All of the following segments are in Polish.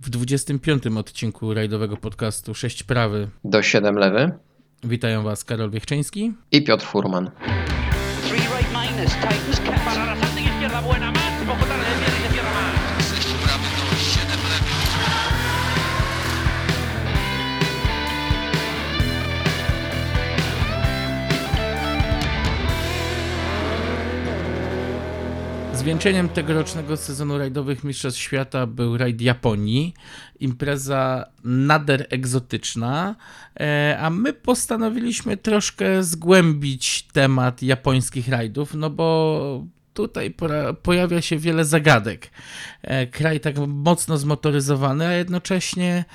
w 25. odcinku rajdowego podcastu 6 prawy do 7 lewy. Witają Was Karol Wiechczyński i Piotr Furman. Zwieńczeniem tegorocznego sezonu rajdowych Mistrzostw Świata był rajd Japonii. Impreza nader egzotyczna, a my postanowiliśmy troszkę zgłębić temat japońskich rajdów, no bo tutaj pojawia się wiele zagadek. Kraj tak mocno zmotoryzowany, a jednocześnie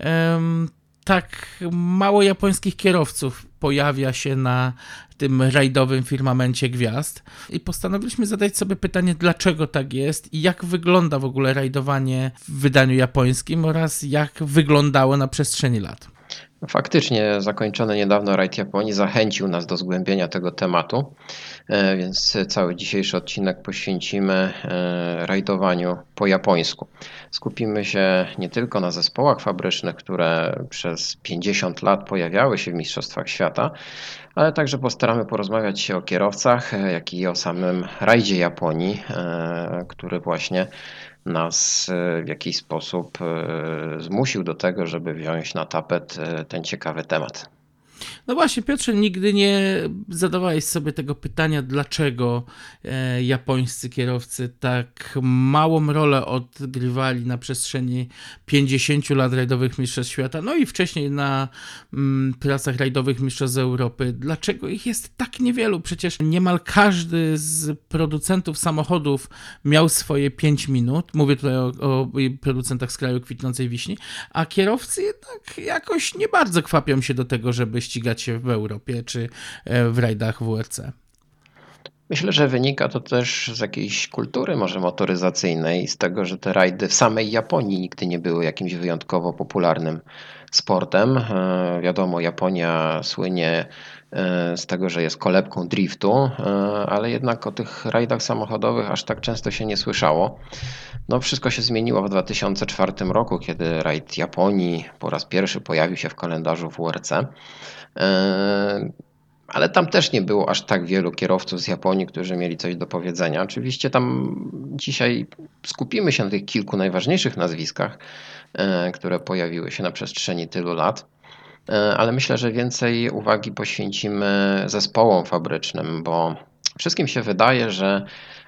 tak mało japońskich kierowców pojawia się na tym rajdowym firmamencie gwiazd i postanowiliśmy zadać sobie pytanie, dlaczego tak jest i jak wygląda w ogóle rajdowanie w wydaniu japońskim oraz jak wyglądało na przestrzeni lat. Faktycznie zakończony niedawno rajd Japonii zachęcił nas do zgłębienia tego tematu, więc cały dzisiejszy odcinek poświęcimy rajdowaniu po japońsku. Skupimy się nie tylko na zespołach fabrycznych, które przez 50 lat pojawiały się w Mistrzostwach Świata, ale także postaramy porozmawiać się o kierowcach, jak i o samym rajdzie Japonii, który właśnie nas w jakiś sposób zmusił do tego, żeby wziąć na tapet ten ciekawy temat. No właśnie, Piotrze, nigdy nie zadawałeś sobie tego pytania, dlaczego japońscy kierowcy tak małą rolę odgrywali na przestrzeni 50 lat rajdowych Mistrzostw Świata, no i wcześniej na trasach rajdowych Mistrzostw Europy. Dlaczego ich jest tak niewielu? Przecież niemal każdy z producentów samochodów miał swoje 5 minut. Mówię tutaj o producentach z kraju kwitnącej wiśni, a kierowcy jednak jakoś nie bardzo kwapią się do tego, żeby ścigać się w Europie czy w rajdach WRC. Myślę, że wynika to też z jakiejś kultury może motoryzacyjnej, z tego, że te rajdy w samej Japonii nigdy nie były jakimś wyjątkowo popularnym sportem. Wiadomo, Japonia słynie z tego, że jest kolebką driftu, ale jednak o tych rajdach samochodowych aż tak często się nie słyszało. No, wszystko się zmieniło w 2004 roku, kiedy rajd Japonii po raz pierwszy pojawił się w kalendarzu WRC. Ale tam też nie było aż tak wielu kierowców z Japonii, którzy mieli coś do powiedzenia. Oczywiście tam dzisiaj skupimy się na tych kilku najważniejszych nazwiskach, które pojawiły się na przestrzeni tylu lat. Ale myślę, że więcej uwagi poświęcimy zespołom fabrycznym, bo wszystkim się wydaje, że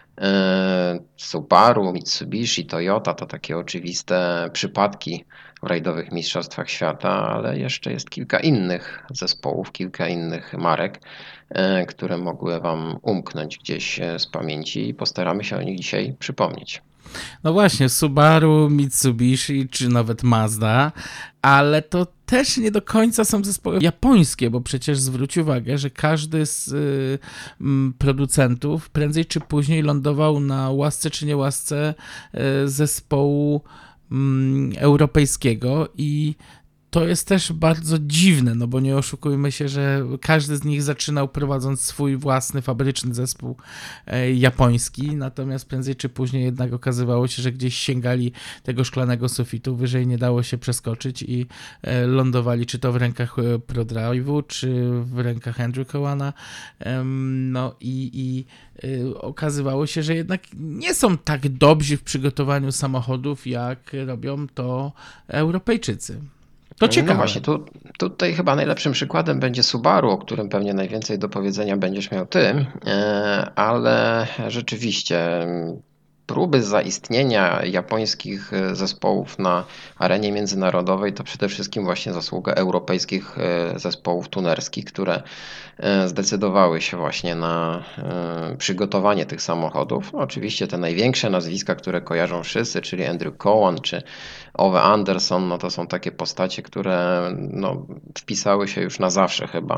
Subaru, Mitsubishi, Toyota to takie oczywiste przypadki w rajdowych mistrzostwach świata, ale jeszcze jest kilka innych zespołów, kilka innych marek, które mogły Wam umknąć gdzieś z pamięci i postaramy się o nich dzisiaj przypomnieć. No właśnie, Subaru, Mitsubishi czy nawet Mazda, ale to też nie do końca są zespoły japońskie, bo przecież zwróć uwagę, że każdy z producentów prędzej czy później lądował na łasce czy niełasce zespołu europejskiego i to jest też bardzo dziwne, no bo nie oszukujmy się, że każdy z nich zaczynał prowadząc swój własny fabryczny zespół japoński, natomiast prędzej czy później jednak okazywało się, że gdzieś sięgali tego szklanego sufitu, wyżej nie dało się przeskoczyć i lądowali czy to w rękach ProDrive'u, czy w rękach Andrew Cowana. No i okazywało się, że jednak nie są tak dobrzy w przygotowaniu samochodów, jak robią to Europejczycy. To ciekawe. No właśnie, tutaj chyba najlepszym przykładem będzie Subaru, o którym pewnie najwięcej do powiedzenia będziesz miał ty, ale rzeczywiście próby zaistnienia japońskich zespołów na arenie międzynarodowej to przede wszystkim właśnie zasługa europejskich zespołów tunerskich, które zdecydowały się właśnie na przygotowanie tych samochodów. No, oczywiście te największe nazwiska, które kojarzą wszyscy, czyli Andrew Cowan czy Ove Anderson, no to są takie postacie, które wpisały się już na zawsze chyba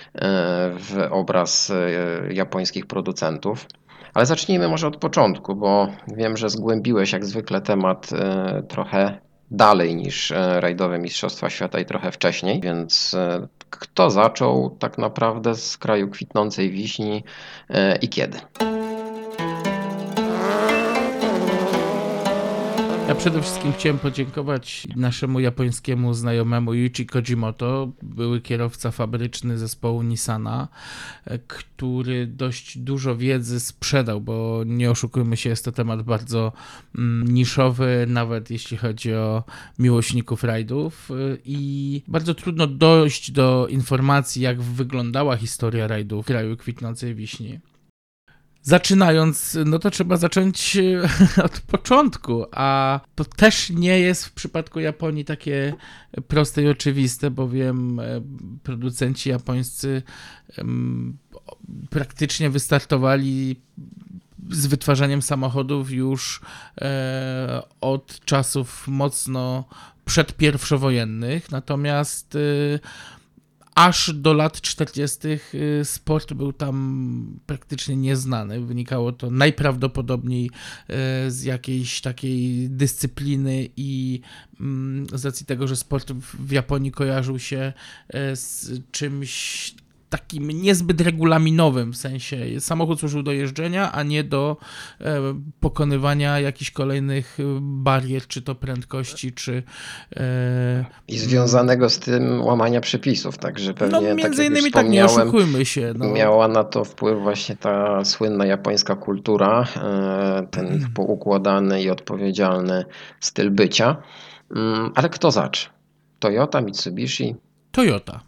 w obraz japońskich producentów. Ale zacznijmy może od początku, bo wiem, że zgłębiłeś jak zwykle temat trochę dalej niż rajdowe Mistrzostwa Świata i trochę wcześniej, więc kto zaczął tak naprawdę z kraju kwitnącej wiśni i kiedy? przede wszystkim chciałem podziękować naszemu japońskiemu znajomemu Yuichi Kojimoto, były kierowca fabryczny zespołu Nissana, który dość dużo wiedzy sprzedał, bo nie oszukujmy się, jest to temat bardzo niszowy, nawet jeśli chodzi o miłośników rajdów i bardzo trudno dojść do informacji, jak wyglądała historia rajdów w kraju kwitnącej wiśni. Zaczynając, no to trzeba zacząć od początku, a to też nie jest w przypadku Japonii takie proste i oczywiste, bowiem producenci japońscy praktycznie wystartowali z wytwarzaniem samochodów już od czasów mocno przedpierwowojennych, natomiast aż do lat 40. sport był tam praktycznie nieznany. Wynikało to najprawdopodobniej z jakiejś takiej dyscypliny i z racji tego, że sport w Japonii kojarzył się z czymś takim niezbyt regulaminowym, w sensie samochód służył do jeżdżenia, a nie do pokonywania jakichś kolejnych barier, czy to prędkości, czy... I związanego z tym łamania przepisów, także pewnie, No między tak jak innymi tak, nie oszukujmy się. No. Miała na to wpływ właśnie ta słynna japońska kultura, ten ich poukładany i odpowiedzialny styl bycia. Ale kto zaczął? Toyota, Mitsubishi? Toyota.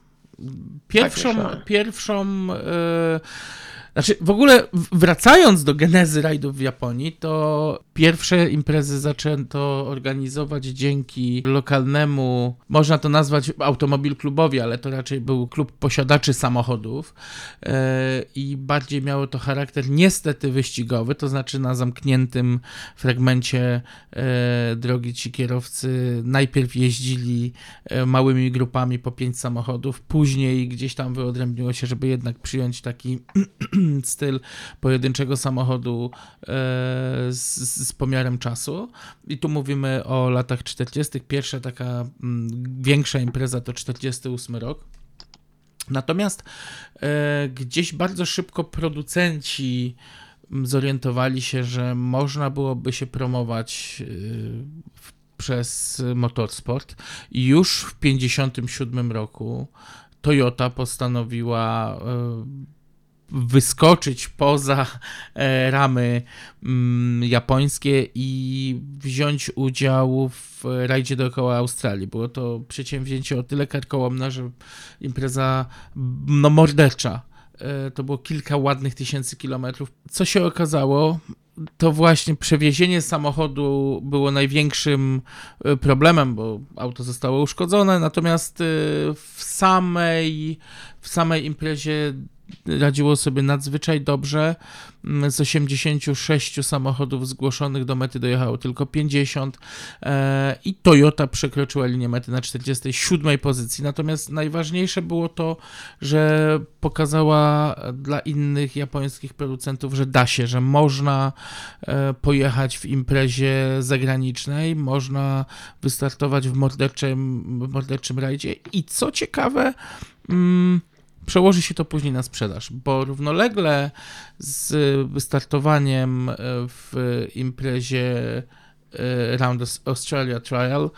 Znaczy w ogóle wracając do genezy rajdów w Japonii, to pierwsze imprezy zaczęto organizować dzięki lokalnemu, można to nazwać automobil klubowi, ale to raczej był klub posiadaczy samochodów i bardziej miało to charakter niestety wyścigowy, to znaczy na zamkniętym fragmencie drogi ci kierowcy najpierw jeździli małymi grupami po 5 samochodów, później gdzieś tam wyodrębniło się, żeby jednak przyjąć taki styl pojedynczego samochodu z pomiarem czasu. I tu mówimy o latach 40. Pierwsza taka większa impreza to 48 rok. Natomiast gdzieś bardzo szybko producenci zorientowali się, że można byłoby się promować przez motorsport i już w 1957 roku Toyota postanowiła wyskoczyć poza ramy japońskie i wziąć udział w rajdzie dookoła Australii. Było to przedsięwzięcie o tyle karkołomne, że impreza mordercza. To było kilka ładnych tysięcy kilometrów. Co się okazało? To właśnie przewiezienie samochodu było największym problemem, bo auto zostało uszkodzone, natomiast w samej imprezie radziło sobie nadzwyczaj dobrze. Z 86 samochodów zgłoszonych do mety dojechało tylko 50 i Toyota przekroczyła linię mety na 47 pozycji. Natomiast najważniejsze było to, że pokazała dla innych japońskich producentów, że da się, że można pojechać w imprezie zagranicznej, można wystartować w morderczym rajdzie i co ciekawe, przełoży się to później na sprzedaż, bo równolegle z wystartowaniem w imprezie Round Australia Trial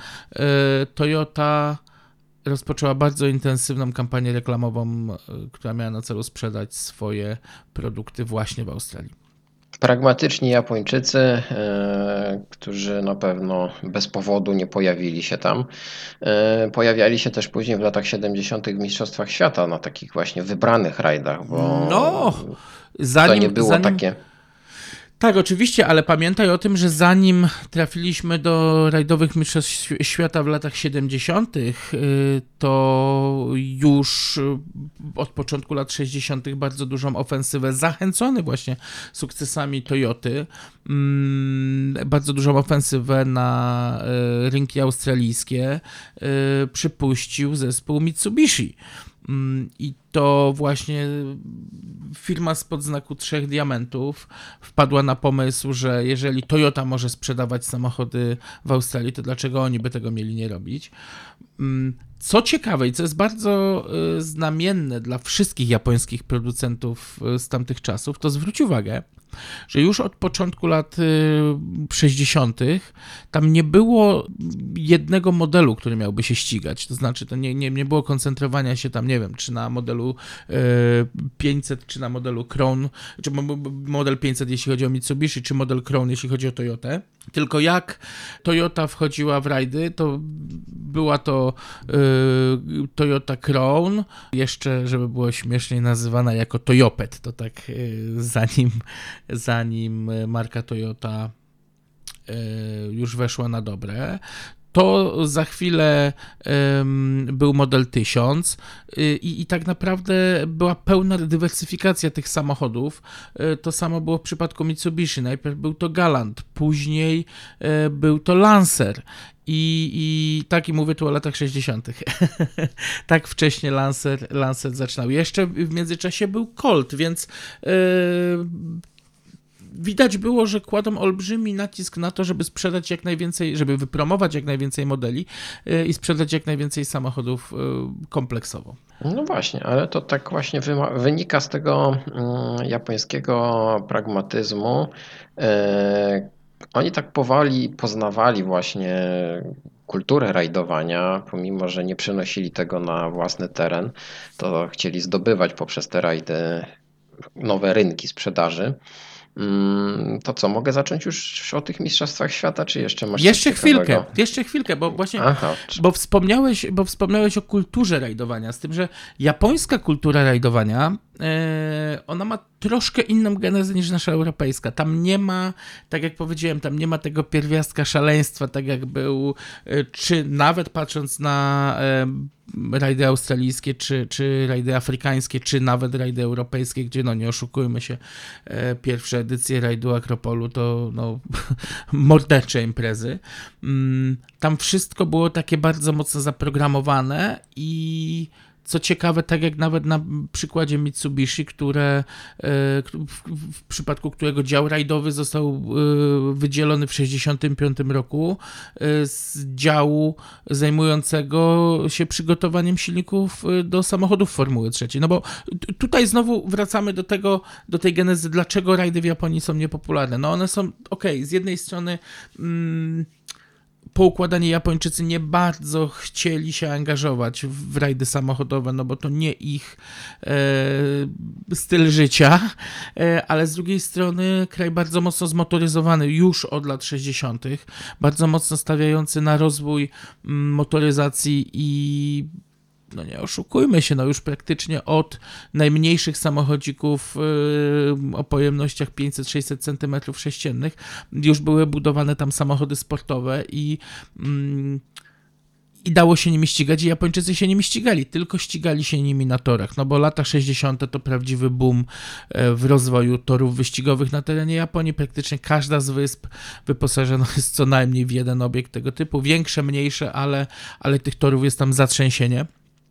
Toyota rozpoczęła bardzo intensywną kampanię reklamową, która miała na celu sprzedać swoje produkty właśnie w Australii. Pragmatyczni Japończycy, którzy na pewno bez powodu nie pojawili się tam, pojawiali się też później w latach 70. w Mistrzostwach Świata na takich właśnie wybranych rajdach, bo to nie było takie... Tak, oczywiście, ale pamiętaj o tym, że zanim trafiliśmy do rajdowych mistrzostw świata w latach 70., to już od początku lat 60. bardzo dużą ofensywę, zachęcony właśnie sukcesami Toyoty, bardzo dużą ofensywę na rynki australijskie przypuścił zespół Mitsubishi. I to właśnie firma spod znaku 3 diamentów wpadła na pomysł, że jeżeli Toyota może sprzedawać samochody w Australii, to dlaczego oni by tego mieli nie robić? Co ciekawe i co jest bardzo znamienne dla wszystkich japońskich producentów z tamtych czasów, to zwróć uwagę, że już od początku lat 60. tam nie było jednego modelu, który miałby się ścigać. To znaczy, to nie było koncentrowania się tam, nie wiem, czy na modelu 500, czy na modelu Crown, czy model 500, jeśli chodzi o Mitsubishi, czy model Crown, jeśli chodzi o Toyotę. Tylko jak Toyota wchodziła w rajdy, to była to Toyota Crown, jeszcze, żeby było śmieszniej, nazywana jako Toyopet. To tak zanim marka Toyota już weszła na dobre. To za chwilę był model 1000 i tak naprawdę była pełna dywersyfikacja tych samochodów. To samo było w przypadku Mitsubishi. Najpierw był to Galant, później był to Lancer. I tak, i mówię tu o latach 60. Tak wcześnie Lancer zaczynał. Jeszcze w międzyczasie był Colt, więc widać było, że kładą olbrzymi nacisk na to, żeby sprzedać jak najwięcej, żeby wypromować jak najwięcej modeli i sprzedać jak najwięcej samochodów kompleksowo. No właśnie, ale to tak właśnie wynika z tego japońskiego pragmatyzmu. Oni tak powoli poznawali właśnie kulturę rajdowania, pomimo że nie przenosili tego na własny teren, to chcieli zdobywać poprzez te rajdy nowe rynki sprzedaży. To co, mogę zacząć już o tych mistrzostwach świata, czy jeszcze masz coś ciekawego? Jeszcze chwilkę, bo właśnie, Aha. bo wspomniałeś o kulturze rajdowania, z tym, że japońska kultura rajdowania, ona ma troszkę inną genezę niż nasza europejska. Tam nie ma, tak jak powiedziałem, tam nie ma tego pierwiastka szaleństwa, tak jak był, czy nawet patrząc na rajdy australijskie, czy rajdy afrykańskie, czy nawet rajdy europejskie, gdzie, no nie oszukujmy się, pierwsze edycje rajdu Akropolu to mordercze imprezy. Tam wszystko było takie bardzo mocno zaprogramowane i co ciekawe, tak jak nawet na przykładzie Mitsubishi, w przypadku którego dział rajdowy został wydzielony w 1965 roku z działu zajmującego się przygotowaniem silników do samochodów Formuły 3. No bo tutaj znowu wracamy do tej genezy, dlaczego rajdy w Japonii są niepopularne. No one są, z jednej strony poukładani Japończycy nie bardzo chcieli się angażować w rajdy samochodowe, no bo to nie ich styl życia, ale z drugiej strony kraj bardzo mocno zmotoryzowany już od lat 60., bardzo mocno stawiający na rozwój motoryzacji i no nie oszukujmy się, no już praktycznie od najmniejszych samochodzików o pojemnościach 500-600 cm3 już były budowane tam samochody sportowe i dało się nimi ścigać i Japończycy się nimi ścigali, tylko ścigali się nimi na torach, no bo lata 60. to prawdziwy boom w rozwoju torów wyścigowych na terenie Japonii. Praktycznie każda z wysp wyposażona jest co najmniej w jeden obiekt tego typu, większe, mniejsze, ale tych torów jest tam zatrzęsienie.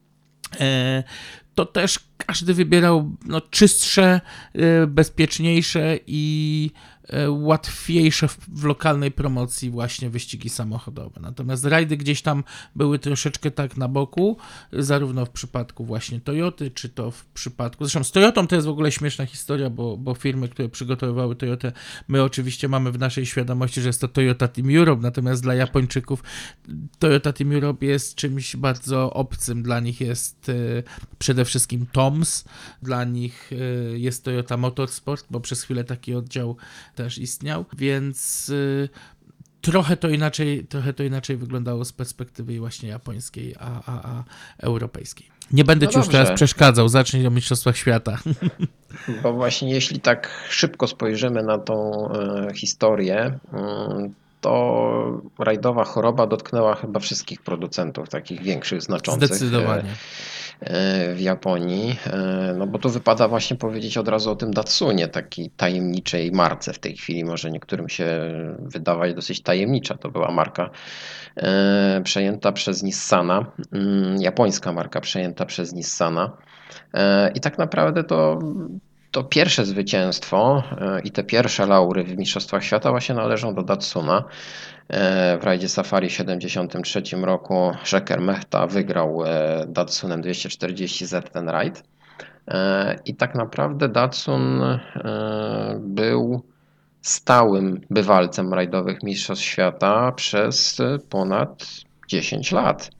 To też każdy wybierał czystsze, bezpieczniejsze i łatwiejsze w lokalnej promocji właśnie wyścigi samochodowe. Natomiast rajdy gdzieś tam były troszeczkę tak na boku, zarówno w przypadku właśnie Toyoty, czy to w przypadku... Zresztą z Toyotą to jest w ogóle śmieszna historia, bo firmy, które przygotowywały Toyotę, my oczywiście mamy w naszej świadomości, że jest to Toyota Team Europe, natomiast dla Japończyków Toyota Team Europe jest czymś bardzo obcym. Dla nich jest przede wszystkim TOMS, dla nich jest Toyota Motorsport, bo przez chwilę taki oddział też istniał, więc trochę to inaczej wyglądało z perspektywy właśnie japońskiej, a europejskiej. Nie będę ci już teraz przeszkadzał, zacznij o Mistrzostwach Świata. Bo właśnie jeśli tak szybko spojrzymy na tą historię, to rajdowa choroba dotknęła chyba wszystkich producentów takich większych, znaczących. Zdecydowanie. W Japonii, no bo tu wypada właśnie powiedzieć od razu o tym Datsunie, takiej tajemniczej marce w tej chwili, może niektórym się wydawać dosyć tajemnicza. To była marka przejęta przez Nissana, japońska marka przejęta przez Nissana i tak naprawdę to pierwsze zwycięstwo i te pierwsze laury w Mistrzostwach Świata właśnie należą do Datsuna. W rajdzie Safari w 1973 roku Sheker Mehta wygrał Datsunem 240Z ten rajd. I tak naprawdę Datsun był stałym bywalcem rajdowych mistrzostw świata przez ponad 10 lat.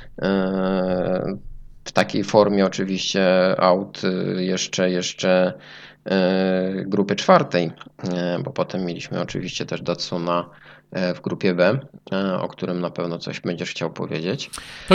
W takiej formie oczywiście aut jeszcze grupy czwartej, bo potem mieliśmy oczywiście też Datsuna w grupie B, o którym na pewno coś będziesz chciał powiedzieć.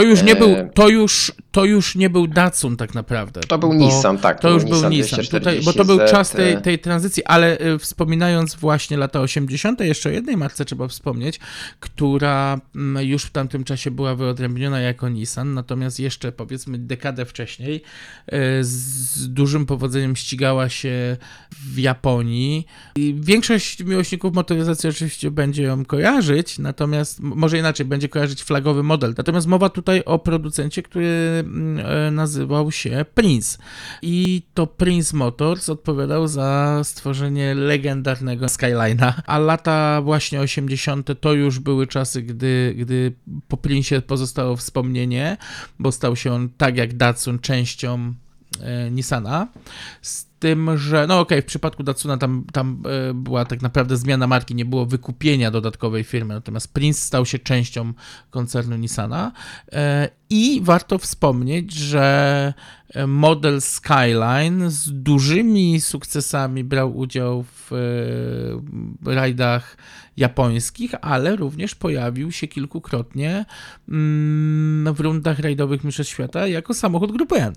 To już nie był Datsun tak naprawdę. To był Nissan, tak. To już był Nissan. Bo to był czas tej tranzycji, ale wspominając właśnie lata 80., jeszcze o jednej marce trzeba wspomnieć, która już w tamtym czasie była wyodrębniona jako Nissan, natomiast jeszcze powiedzmy dekadę wcześniej z dużym powodzeniem ścigała się w Japonii. I większość miłośników motoryzacji oczywiście będzie ją kojarzyć, natomiast może inaczej, będzie kojarzyć flagowy model. Natomiast mowa tutaj o producencie, który nazywał się Prince. I to Prince Motors odpowiadał za stworzenie legendarnego Skyline'a, a lata właśnie 80. to już były czasy, gdy po Prince'ie pozostało wspomnienie, bo stał się on tak jak Datsun częścią Nissana. Z tym, że no okej, w przypadku Datsuna tam była tak naprawdę zmiana marki, nie było wykupienia dodatkowej firmy, natomiast Prince stał się częścią koncernu Nissana i warto wspomnieć, że model Skyline z dużymi sukcesami brał udział w rajdach japońskich, ale również pojawił się kilkukrotnie w rundach rajdowych mistrzostw świata jako samochód grupy N.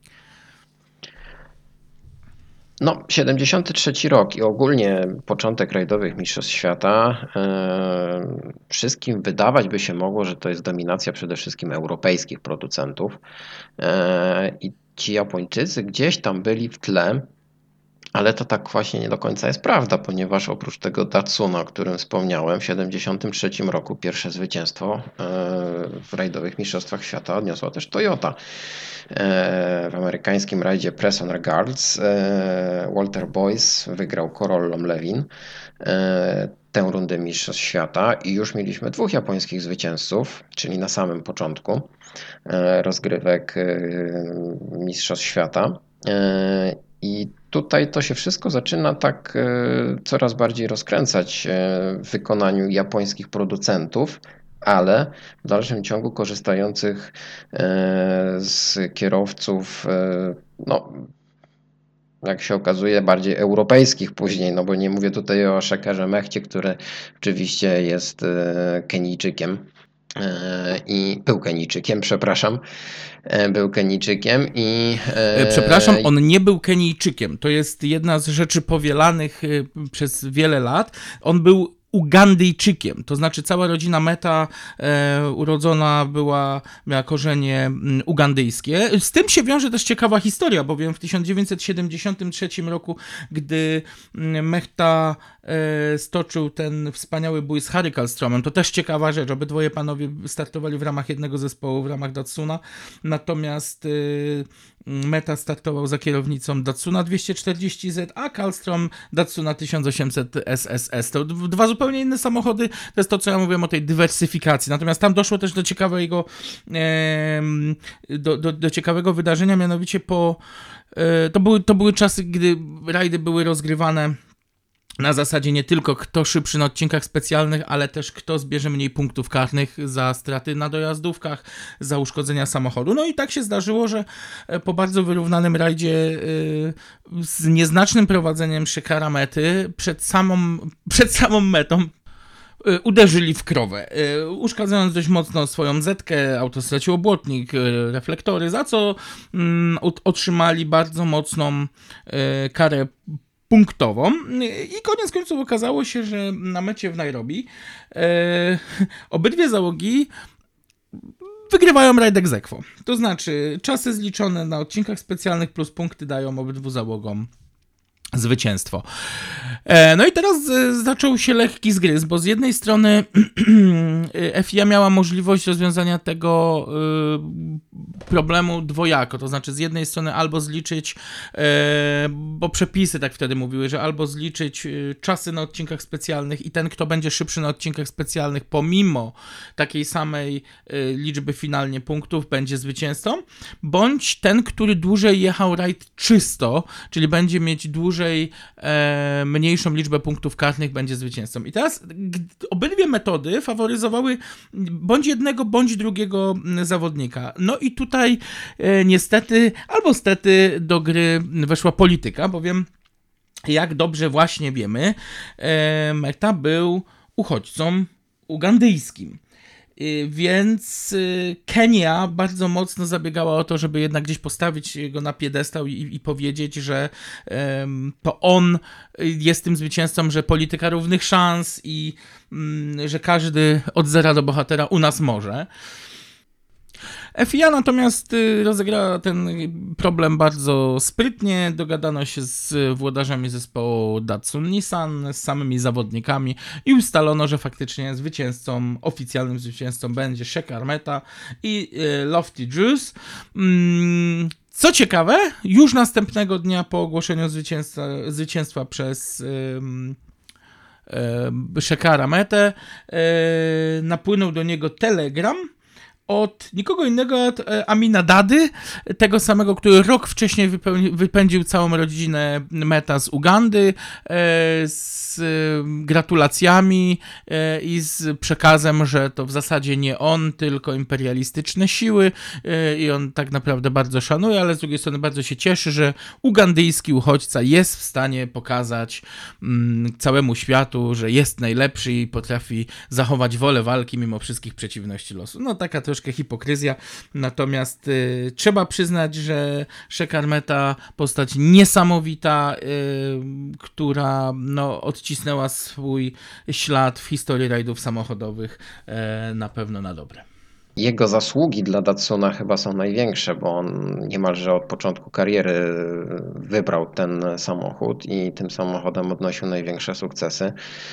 No, 73 rok i ogólnie początek rajdowych mistrzostw świata. Wszystkim wydawać by się mogło, że to jest dominacja przede wszystkim europejskich producentów. I ci Japończycy gdzieś tam byli w tle, ale to tak właśnie nie do końca jest prawda, ponieważ oprócz tego Datsuna, o którym wspomniałem, w 73 roku pierwsze zwycięstwo w rajdowych mistrzostwach świata odniosła też Toyota. W amerykańskim rajdzie Press on Regards Walter Boyce wygrał Corollą Levin tę rundę mistrzostw świata i już mieliśmy dwóch japońskich zwycięzców, czyli na samym początku rozgrywek mistrzostw świata. I tutaj to się wszystko zaczyna tak coraz bardziej rozkręcać w wykonaniu japońskich producentów, ale w dalszym ciągu korzystających z kierowców, no, jak się okazuje, bardziej europejskich później, no bo nie mówię tutaj o Szekerze Mechcie, który oczywiście jest Kenijczykiem. I był Kenijczykiem, przepraszam. Był Kenijczykiem i... Przepraszam, on nie był Kenijczykiem. To jest jedna z rzeczy powielanych przez wiele lat. On był Ugandyjczykiem, to znaczy cała rodzina Mehta urodzona miała korzenie ugandyjskie. Z tym się wiąże też ciekawa historia, bowiem w 1973 roku, gdy Mehta stoczył ten wspaniały bój z Harry Kallstromem, to też ciekawa rzecz, obydwoje panowie startowali w ramach jednego zespołu, w ramach Datsuna, natomiast Mehta startował za kierownicą Datsuna 240Z, a Kallstrom Datsuna 1800 SSS. To dwa zupełnie inne samochody, to jest to, co ja mówiłem o tej dywersyfikacji. Natomiast tam doszło też do ciekawego wydarzenia, mianowicie to były czasy, gdy rajdy były rozgrywane na zasadzie nie tylko kto szybszy na odcinkach specjalnych, ale też kto zbierze mniej punktów karnych za straty na dojazdówkach, za uszkodzenia samochodu. No i tak się zdarzyło, że po bardzo wyrównanym rajdzie z nieznacznym prowadzeniem Szekara Mehty przed samą metą uderzyli w krowę, uszkadzając dość mocno swoją zetkę, auto straciło błotnik, reflektory, za co otrzymali bardzo mocną karę punktową i koniec końców okazało się, że na mecie w Nairobi obydwie załogi wygrywają rajd ex aequo. To znaczy czasy zliczone na odcinkach specjalnych plus punkty dają obydwu załogom zwycięstwo. No i teraz zaczął się lekki zgryz, bo z jednej strony FIA miała możliwość rozwiązania tego problemu dwojako, to znaczy z jednej strony albo zliczyć, bo przepisy tak wtedy mówiły, że albo zliczyć czasy na odcinkach specjalnych i ten, kto będzie szybszy na odcinkach specjalnych pomimo takiej samej liczby finalnie punktów będzie zwycięzcą, bądź ten, który dłużej jechał rajd czysto, czyli będzie mieć dłużej mniejszą liczbę punktów karnych, będzie zwycięzcą. I teraz obydwie metody faworyzowały bądź jednego, bądź drugiego zawodnika. No i tutaj niestety, albo stety do gry weszła polityka, bowiem jak dobrze właśnie wiemy, Mehta był uchodźcą ugandyjskim. Więc Kenia bardzo mocno zabiegała o to, żeby jednak gdzieś postawić go na piedestał i powiedzieć, że to on jest tym zwycięzcą, że polityka równych szans i że każdy od zera do bohatera u nas może. FIA natomiast rozegrała ten problem bardzo sprytnie, dogadano się z włodarzami zespołu Datsun Nissan, z samymi zawodnikami i ustalono, że faktycznie oficjalnym zwycięzcą będzie Shekhar Mehta i Lofty Juice. Co ciekawe, już następnego dnia po ogłoszeniu zwycięstwa przez Shekhara Mehtę napłynął do niego telegram od nikogo innego, od Amina Dady, tego samego, który rok wcześniej wypędził całą rodzinę Mehta z Ugandy, z gratulacjami i z przekazem, że to w zasadzie nie on, tylko imperialistyczne siły i on tak naprawdę bardzo szanuje, ale z drugiej strony bardzo się cieszy, że ugandyjski uchodźca jest w stanie pokazać całemu światu, że jest najlepszy i potrafi zachować wolę walki mimo wszystkich przeciwności losu. No taka troszkę hipokryzja, natomiast trzeba przyznać, że Shekhar Mehta postać niesamowita, która odcisnęła swój ślad w historii rajdów samochodowych na pewno na dobre. Jego zasługi dla Datsuna chyba są największe, bo on niemalże od początku kariery wybrał ten samochód i tym samochodem odnosił największe sukcesy.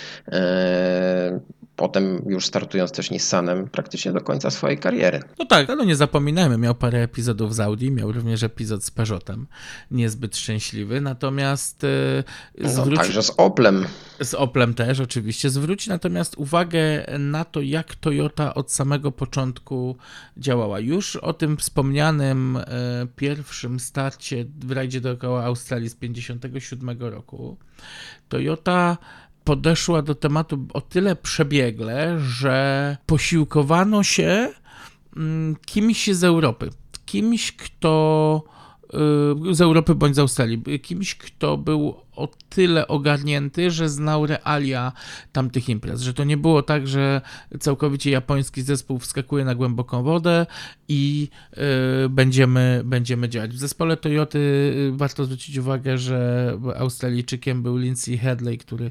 Potem już startując też Nissanem praktycznie do końca swojej kariery. No tak, ale nie zapominajmy, miał parę epizodów z Audi, miał również epizod z Peugeotem, niezbyt szczęśliwy, natomiast także z Oplem. Z Oplem też oczywiście. Zwróć natomiast uwagę na to, jak Toyota od samego początku działała. Już o tym wspomnianym pierwszym starcie w rajdzie dookoła Australii z 1957 roku Toyota podeszła do tematu o tyle przebiegle, że posiłkowano się kimś z Europy. Kimś, kto z Europy bądź z Australii. Kimś, kto był o tyle ogarnięty, że znał realia tamtych imprez. Że to nie było tak, że całkowicie japoński zespół wskakuje na głęboką wodę i będziemy działać. W zespole Toyoty warto zwrócić uwagę, że Australijczykiem był Lindsay Hadley, który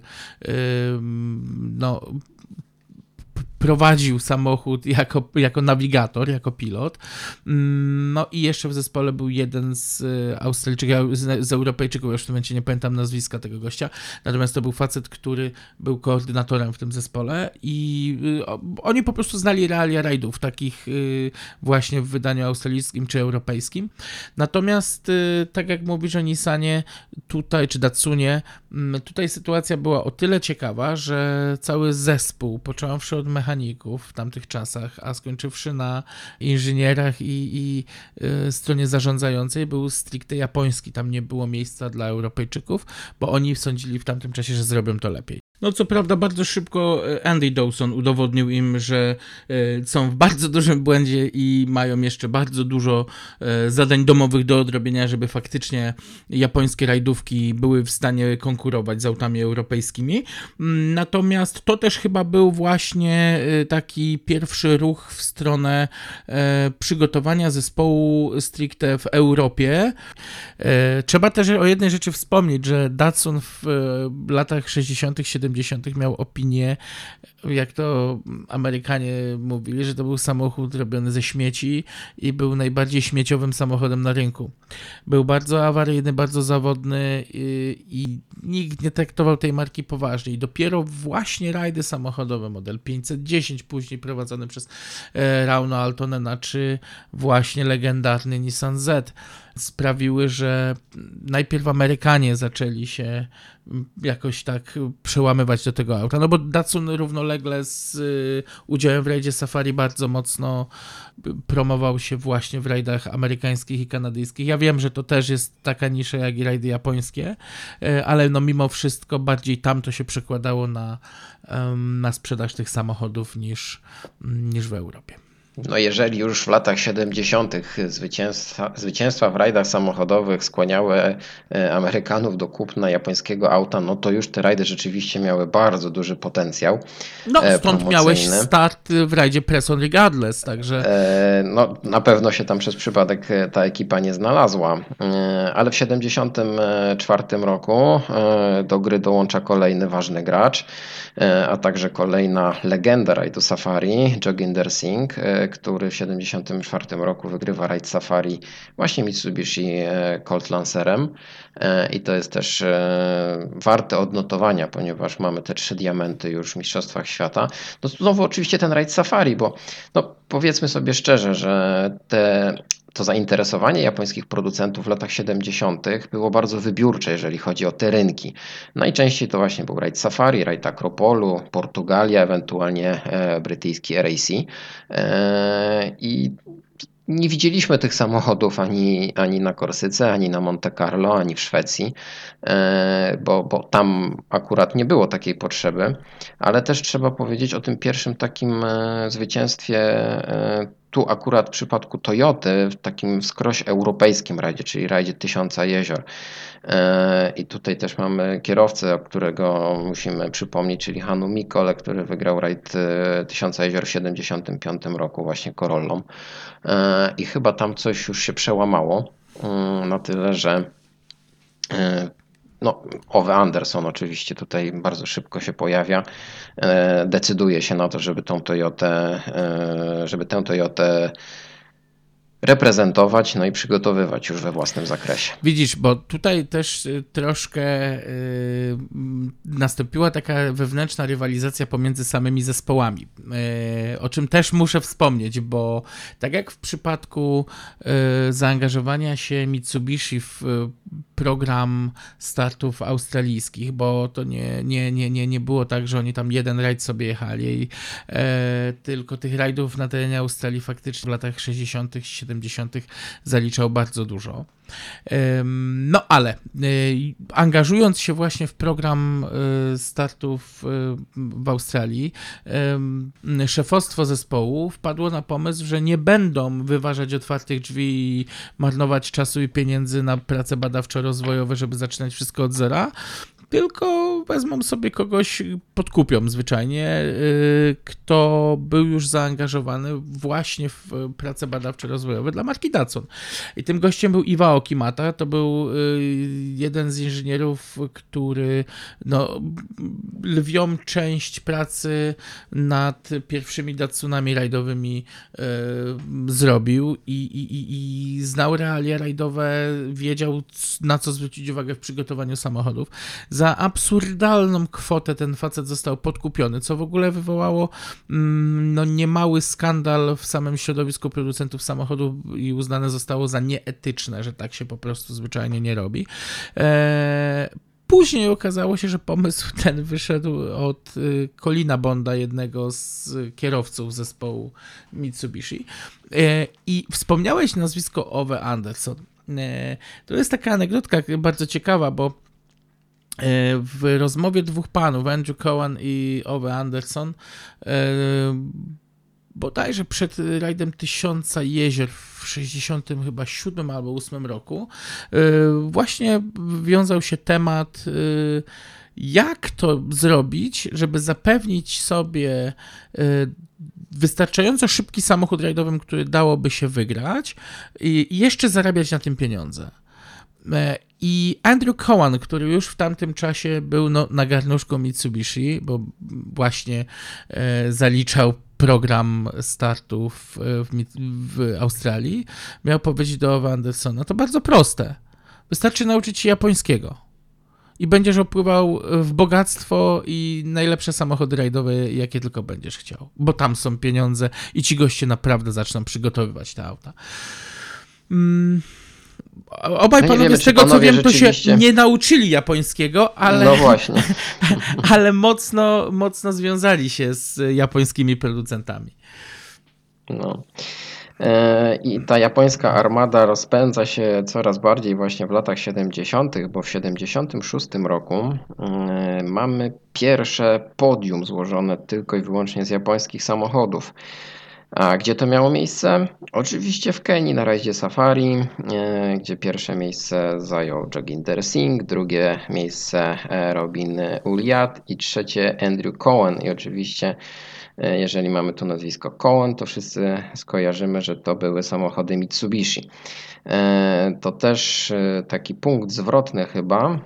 prowadził samochód jako nawigator, jako pilot. No i jeszcze w zespole był jeden z Australijczyków, z Europejczyków, już w tym momencie nie pamiętam nazwiska tego gościa, natomiast to był facet, który był koordynatorem w tym zespole i oni po prostu znali realia rajdów, takich właśnie w wydaniu australijskim czy europejskim. Natomiast tak jak mówisz o Nissanie tutaj, czy Datsunie, tutaj sytuacja była o tyle ciekawa, że cały zespół, począwszy od mechaników w tamtych czasach, a skończywszy na inżynierach i stronie zarządzającej, był stricte japoński. Tam nie było miejsca dla Europejczyków, bo oni sądzili w tamtym czasie, że zrobią to lepiej. No co prawda bardzo szybko Andy Dawson udowodnił im, że są w bardzo dużym błędzie i mają jeszcze bardzo dużo zadań domowych do odrobienia, żeby faktycznie japońskie rajdówki były w stanie konkurować z autami europejskimi. Natomiast to też chyba był właśnie taki pierwszy ruch w stronę przygotowania zespołu stricte w Europie. Trzeba też o jednej rzeczy wspomnieć, że Datsun w latach 60., 70. 70. miał opinię, jak to Amerykanie mówili, że to był samochód robiony ze śmieci i był najbardziej śmieciowym samochodem na rynku. Był bardzo awaryjny, bardzo zawodny i nikt nie traktował tej marki poważnie. I dopiero właśnie rajdy samochodowe, model 510, później prowadzony przez Rauno Altonena, czy właśnie legendarny Nissan Z, sprawiły, że najpierw Amerykanie zaczęli się jakoś tak przełamywać do tego auta, no bo Datsun równolegle z udziałem w rajdzie Safari bardzo mocno promował się właśnie w rajdach amerykańskich i kanadyjskich. Ja wiem, że to też jest taka nisza jak i rajdy japońskie, ale no mimo wszystko bardziej tam to się przekładało na sprzedaż tych samochodów niż w Europie. No jeżeli już w latach 70. zwycięstwa w rajdach samochodowych skłaniały Amerykanów do kupna japońskiego auta, no to już te rajdy rzeczywiście miały bardzo duży potencjał No stąd promocyjny. miałeś start w rajdzie Press on Regardless, także... No na pewno się tam przez przypadek ta ekipa nie znalazła, ale w 74 roku do gry dołącza kolejny ważny gracz, a także kolejna legenda rajdu Safari, Joginder Singh, który w 1974 roku wygrywa rajd Safari właśnie Mitsubishi Colt Lancerem i to jest też warte odnotowania, ponieważ mamy te 3 diamenty już w Mistrzostwach Świata. No znowu oczywiście ten rajd Safari, bo no, powiedzmy sobie szczerze, że to zainteresowanie japońskich producentów w latach 70. było bardzo wybiórcze, jeżeli chodzi o te rynki. Najczęściej to właśnie był rajd Safari, rajd Akropolu, Portugalia, ewentualnie brytyjski RAC. I nie widzieliśmy tych samochodów ani na Korsyce, ani na Monte Carlo, ani w Szwecji, bo tam akurat nie było takiej potrzeby, ale też trzeba powiedzieć o tym pierwszym takim zwycięstwie tu akurat w przypadku Toyoty w takim wskroś europejskim rajdzie, czyli rajdzie Tysiąca Jezior. I tutaj też mamy kierowcę, o którego musimy przypomnieć, czyli Hannu Mikole, który wygrał rajd Tysiąca Jezior w 1975 roku właśnie Corollą. I chyba tam coś już się przełamało na tyle, że no, Ove Anderson oczywiście tutaj bardzo szybko się pojawia, decyduje się na to, żeby tę Toyotę reprezentować, no i przygotowywać już we własnym zakresie. Widzisz, bo tutaj też troszkę nastąpiła taka wewnętrzna rywalizacja pomiędzy samymi zespołami, o czym też muszę wspomnieć, bo tak jak w przypadku zaangażowania się Mitsubishi w program startów australijskich, bo to nie było tak, że oni tam jeden rajd sobie jechali, tylko tych rajdów na terenie Australii faktycznie w latach 60., 70. zaliczał bardzo dużo. No ale angażując się właśnie w program startów w Australii, szefostwo zespołu wpadło na pomysł, że nie będą wyważać otwartych drzwi i marnować czasu i pieniędzy na prace badawczo-rozwojowe, żeby zaczynać wszystko od zera, tylko wezmą sobie kogoś, podkupią zwyczajnie, kto był już zaangażowany właśnie w prace badawczo-rozwojowe dla marki Datsun. I tym gościem był Iwao Kimata, to był jeden z inżynierów, który lwią część pracy nad pierwszymi Datsunami rajdowymi zrobił i znał realia rajdowe, wiedział na co zwrócić uwagę w przygotowaniu samochodów. Za absurdalną kwotę ten facet został podkupiony, co w ogóle wywołało niemały skandal w samym środowisku producentów samochodów i uznane zostało za nieetyczne, że tak się po prostu zwyczajnie nie robi. Później okazało się, że pomysł ten wyszedł od Colina Bonda, jednego z kierowców zespołu Mitsubishi. I wspomniałeś nazwisko Ove Anderson. To jest taka anegdotka bardzo ciekawa, bo w rozmowie dwóch panów, Andrew Cowan i Ove Anderson, bodajże przed rajdem Tysiąca Jezior w 67 albo 8 roku, właśnie wiązał się temat, jak to zrobić, żeby zapewnić sobie wystarczająco szybki samochód rajdowym, który dałoby się wygrać i jeszcze zarabiać na tym pieniądze. I Andrew Cowan, który już w tamtym czasie był na garnuszku Mitsubishi, bo właśnie zaliczał program startów w Australii, miał powiedzieć do Owa Andersona, to bardzo proste. Wystarczy nauczyć się japońskiego i będziesz opływał w bogactwo i najlepsze samochody rajdowe, jakie tylko będziesz chciał, bo tam są pieniądze i ci goście naprawdę zaczną przygotowywać te auta. Obaj panowie, wiemy, z tego co wiem, to się rzeczywiście nie nauczyli japońskiego, ale, No właśnie. ale mocno związali się z japońskimi producentami. No. I ta japońska armada rozpędza się coraz bardziej właśnie w latach 70., bo w 76 roku mamy pierwsze podium złożone tylko i wyłącznie z japońskich samochodów. A gdzie to miało miejsce? Oczywiście w Kenii na rajdzie Safari, gdzie pierwsze miejsce zajął Joginder Singh, drugie miejsce Robin Uliad i trzecie Andrew Cowan. I oczywiście jeżeli mamy tu nazwisko Cowan, to wszyscy skojarzymy, że to były samochody Mitsubishi. To też taki punkt zwrotny chyba,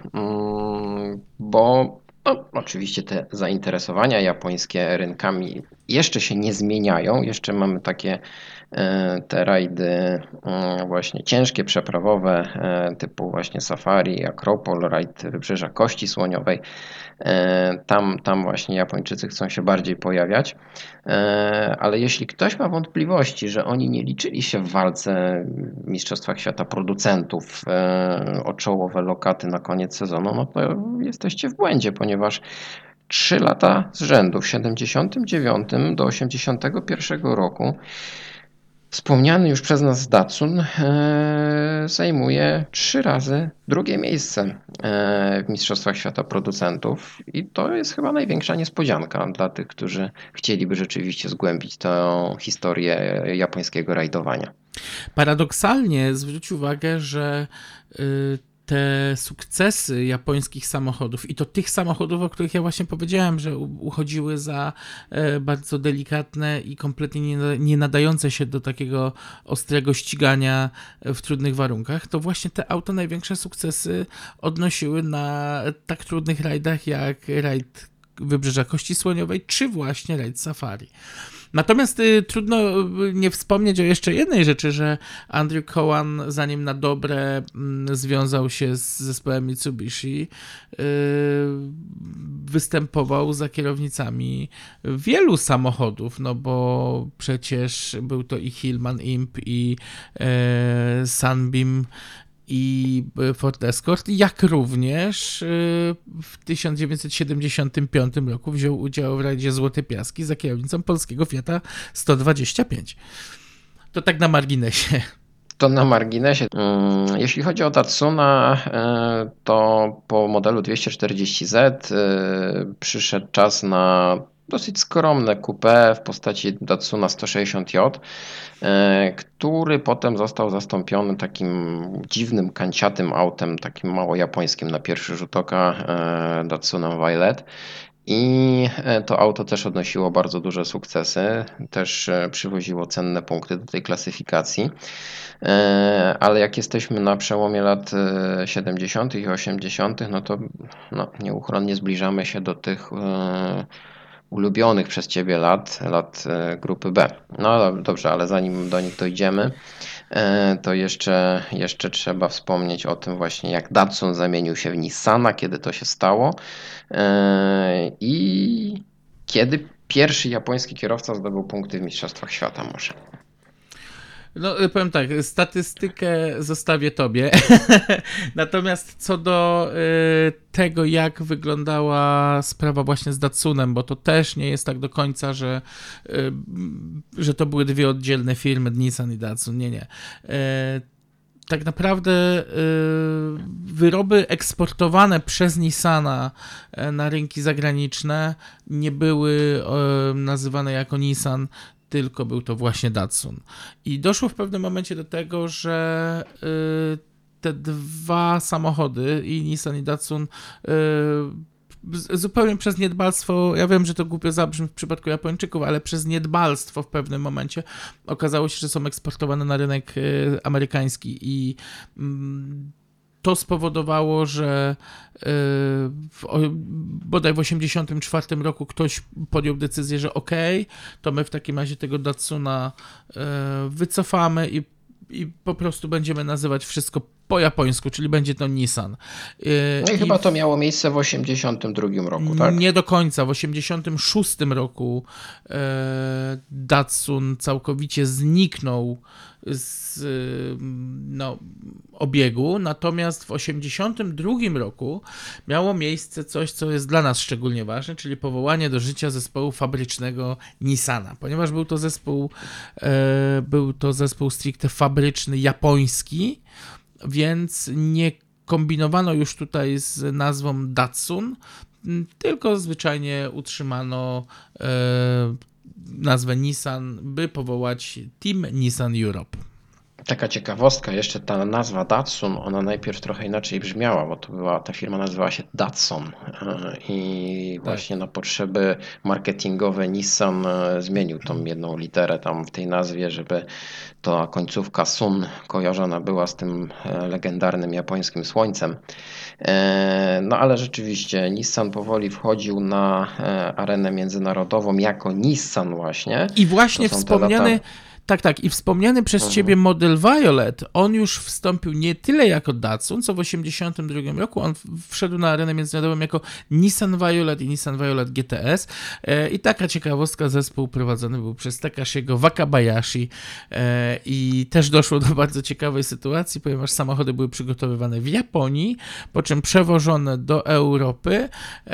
bo oczywiście te zainteresowania japońskie rynkami jeszcze się nie zmieniają. Jeszcze mamy takie te rajdy właśnie ciężkie, przeprawowe typu właśnie Safari, Akropol, rajd Wybrzeża Kości Słoniowej. Tam właśnie Japończycy chcą się bardziej pojawiać. Ale jeśli ktoś ma wątpliwości, że oni nie liczyli się w walce w Mistrzostwach Świata producentów o czołowe lokaty na koniec sezonu, no to jesteście w błędzie, ponieważ 3 lata z rzędu, w 79 do 81 roku, wspomniany już przez nas Datsun zajmuje 3 razy drugie miejsce w Mistrzostwach Świata Producentów i to jest chyba największa niespodzianka dla tych, którzy chcieliby rzeczywiście zgłębić tę historię japońskiego rajdowania. Paradoksalnie zwróć uwagę, że te sukcesy japońskich samochodów i to tych samochodów, o których ja właśnie powiedziałem, że uchodziły za bardzo delikatne i kompletnie nie nadające się do takiego ostrego ścigania w trudnych warunkach, to właśnie te auta największe sukcesy odnosiły na tak trudnych rajdach jak rajd Wybrzeża Kości Słoniowej czy właśnie rajd Safari. Natomiast trudno nie wspomnieć o jeszcze jednej rzeczy, że Andrew Cowan, zanim na dobre związał się z zespołem Mitsubishi, występował za kierownicami wielu samochodów, no bo przecież był to i Hillman Imp, i Sunbeam, i Ford Escort, jak również w 1975 roku wziął udział w rajdzie Złote Piaski za kierownicą polskiego Fiata 125. To tak na marginesie. To na marginesie. Jeśli chodzi o Datsuna, to po modelu 240Z przyszedł czas na dosyć skromne coupé w postaci Datsuna 160J, który potem został zastąpiony takim dziwnym, kanciatym autem, takim mało japońskim na pierwszy rzut oka, Datsunem Violet. I to auto też odnosiło bardzo duże sukcesy, też przywoziło cenne punkty do tej klasyfikacji, ale jak jesteśmy na przełomie lat 70. i 80., no to nieuchronnie zbliżamy się do tych ulubionych przez Ciebie lat grupy B. No dobrze, ale zanim do nich dojdziemy, to jeszcze trzeba wspomnieć o tym właśnie, jak Datsun zamienił się w Nissana, kiedy to się stało i kiedy pierwszy japoński kierowca zdobył punkty w Mistrzostwach Świata może. No, powiem tak, statystykę zostawię tobie. Natomiast co do tego, jak wyglądała sprawa właśnie z Datsunem, bo to też nie jest tak do końca, że to były dwie oddzielne firmy, Nissan i Datsun. Nie. Tak naprawdę wyroby eksportowane przez Nissana na rynki zagraniczne nie były nazywane jako Nissan, tylko był to właśnie Datsun. I doszło w pewnym momencie do tego, że te dwa samochody, i Nissan i Datsun, zupełnie przez niedbalstwo, ja wiem, że to głupio zabrzmi w przypadku Japończyków, ale przez niedbalstwo w pewnym momencie okazało się, że są eksportowane na rynek amerykański i To spowodowało, że bodaj w 1984 roku ktoś podjął decyzję, że to my w takim razie tego Datsuna wycofamy i po prostu będziemy nazywać wszystko po japońsku, czyli będzie to Nissan. No i chyba to miało miejsce w 1982 roku, tak? Nie do końca. W 1986 roku Datsun całkowicie zniknął z obiegu, natomiast w 1982 roku miało miejsce coś, co jest dla nas szczególnie ważne, czyli powołanie do życia zespołu fabrycznego Nissana, ponieważ był to zespół stricte fabryczny, japoński, więc nie kombinowano już tutaj z nazwą Datsun, tylko zwyczajnie utrzymano nazwę Nissan, by powołać Team Nissan Europe. Taka ciekawostka, jeszcze ta nazwa Datsun, ona najpierw trochę inaczej brzmiała, bo ta firma nazywała się Datsun i właśnie na potrzeby marketingowe Nissan zmienił tą jedną literę tam w tej nazwie, żeby ta końcówka Sun kojarzona była z tym legendarnym japońskim słońcem. No ale rzeczywiście Nissan powoli wchodził na arenę międzynarodową jako Nissan właśnie. I właśnie wspomniany... Tak, i wspomniany przez ciebie model Violet, on już wstąpił nie tyle jako Datsun, co w 1982 roku, on wszedł na arenę międzynarodową jako Nissan Violet i Nissan Violet GTS. I taka ciekawostka, zespół prowadzony był przez Takashiego Wakabayashi i też doszło do bardzo ciekawej sytuacji, ponieważ samochody były przygotowywane w Japonii, po czym przewożone do Europy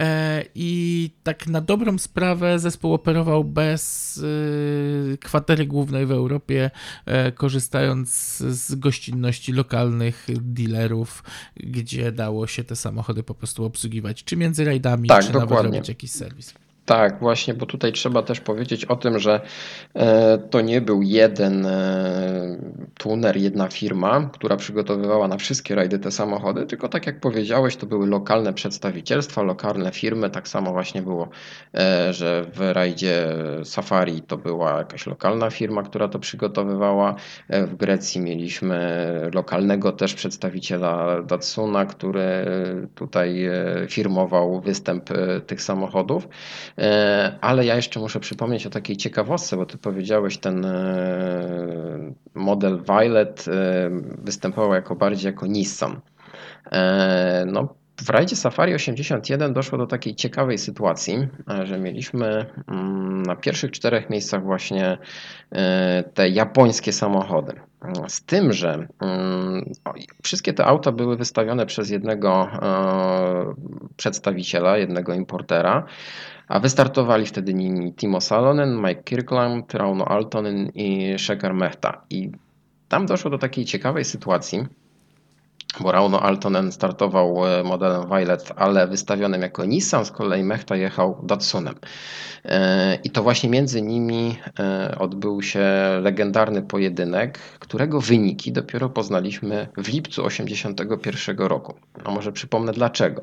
i tak na dobrą sprawę zespół operował bez kwatery głównej w Europie, korzystając z gościnności lokalnych dealerów, gdzie dało się te samochody po prostu obsługiwać, czy między rajdami, tak, czy dokładnie. nawet robić jakiś serwis. Tak, właśnie, bo tutaj trzeba też powiedzieć o tym, że to nie był jeden tuner, jedna firma, która przygotowywała na wszystkie rajdy te samochody, tylko tak jak powiedziałeś, to były lokalne przedstawicielstwa, lokalne firmy. Tak samo właśnie było, że w rajdzie Safari to była jakaś lokalna firma, która to przygotowywała. W Grecji mieliśmy lokalnego też przedstawiciela Datsuna, który tutaj firmował występ tych samochodów. Ale ja jeszcze muszę przypomnieć o takiej ciekawostce, bo ty powiedziałeś, ten model Violet występował bardziej jako Nissan. No, w rajdzie Safari 81 doszło do takiej ciekawej sytuacji, że mieliśmy na pierwszych 4 miejscach właśnie te japońskie samochody. Z tym, że wszystkie te auta były wystawione przez jednego przedstawiciela, jednego importera, a wystartowali wtedy nimi Timo Salonen, Mike Kirkland, Rauno Aaltonen i Shekhar Mehta. I tam doszło do takiej ciekawej sytuacji, bo Rauno Aaltonen startował modelem Violet, ale wystawionym jako Nissan, z kolei Mehta jechał Datsunem. I to właśnie między nimi odbył się legendarny pojedynek, którego wyniki dopiero poznaliśmy w lipcu 1981 roku. A może przypomnę dlaczego.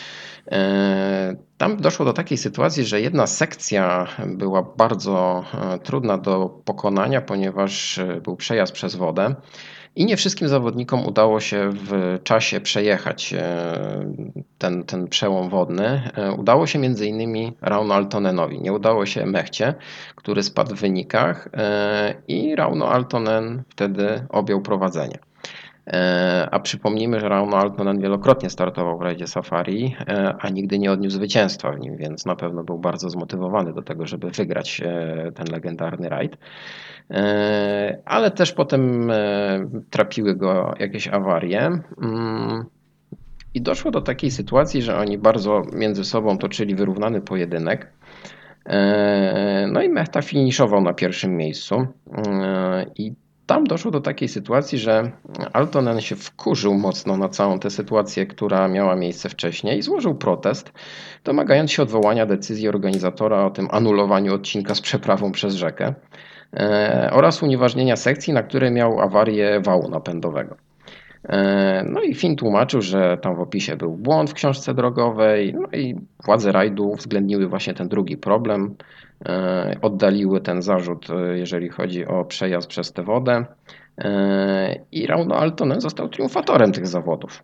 Tam doszło do takiej sytuacji, że jedna sekcja była bardzo trudna do pokonania, ponieważ był przejazd przez wodę i nie wszystkim zawodnikom udało się w czasie przejechać ten przełom wodny. Udało się m.in. Rauno Aaltonenowi, nie udało się Mehcie, który spadł w wynikach i Rauno Aaltonen wtedy objął prowadzenie. A przypomnijmy, że Rauno Aaltonen wielokrotnie startował w rajdzie Safari, a nigdy nie odniósł zwycięstwa w nim, więc na pewno był bardzo zmotywowany do tego, żeby wygrać ten legendarny rajd. Ale też potem trapiły go jakieś awarie i doszło do takiej sytuacji, że oni bardzo między sobą toczyli wyrównany pojedynek. No i Mehta finiszował na pierwszym miejscu i tam doszło do takiej sytuacji, że Aaltonen się wkurzył mocno na całą tę sytuację, która miała miejsce wcześniej i złożył protest, domagając się odwołania decyzji organizatora o tym anulowaniu odcinka z przeprawą przez rzekę oraz unieważnienia sekcji, na której miał awarię wału napędowego. No i FIN tłumaczył, że tam w opisie był błąd w książce drogowej, no i władze rajdu uwzględniły właśnie ten drugi problem, oddaliły ten zarzut, jeżeli chodzi o przejazd przez tę wodę i Rauno Aaltonen został triumfatorem tych zawodów.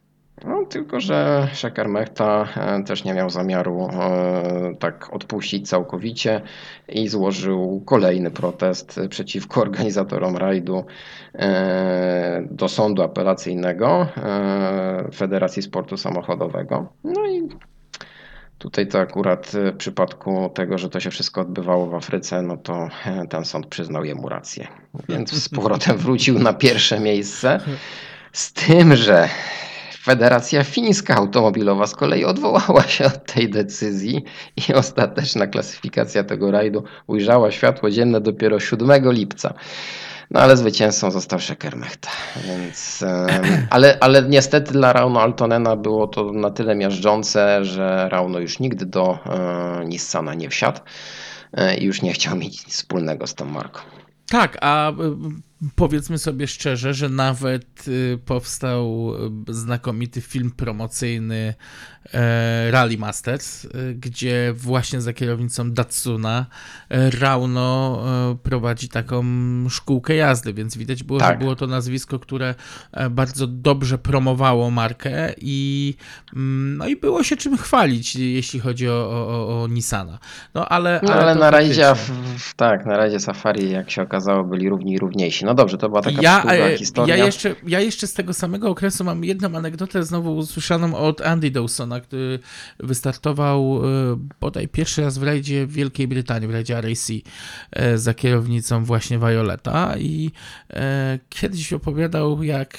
No, tylko że Şeker-Mehta też nie miał zamiaru tak odpuścić całkowicie i złożył kolejny protest przeciwko organizatorom rajdu do sądu apelacyjnego Federacji Sportu Samochodowego. No i tutaj to akurat w przypadku tego, że to się wszystko odbywało w Afryce, no to ten sąd przyznał jemu rację. Więc z powrotem wrócił na pierwsze miejsce. Z tym, że Federacja Fińska Automobilowa z kolei odwołała się od tej decyzji i ostateczna klasyfikacja tego rajdu ujrzała światło dzienne dopiero 7 lipca. No ale zwycięzcą został Şeker-Mehta, więc, ale niestety dla Rauno Altonena było to na tyle miażdżące, że Rauno już nigdy do Nissana nie wsiadł i już nie chciał mieć nic wspólnego z tą marką. Tak, a powiedzmy sobie szczerze, że nawet powstał znakomity film promocyjny Rally Masters, gdzie właśnie za kierownicą Datsuna Rauno prowadzi taką szkółkę jazdy, więc widać było, że było to nazwisko, które bardzo dobrze promowało markę i było się czym chwalić, jeśli chodzi o Nissana. Ale na rajdzie, na rajdzie Safari, jak się okazało, byli równi i równiejsi. No dobrze, to była taka przysługna historia. Ja jeszcze z tego samego okresu mam jedną anegdotę znowu usłyszaną od Andy Dawsona, który wystartował bodaj pierwszy raz w rajdzie w Wielkiej Brytanii, w rajdzie RAC za kierownicą właśnie Violeta i kiedyś opowiadał, jak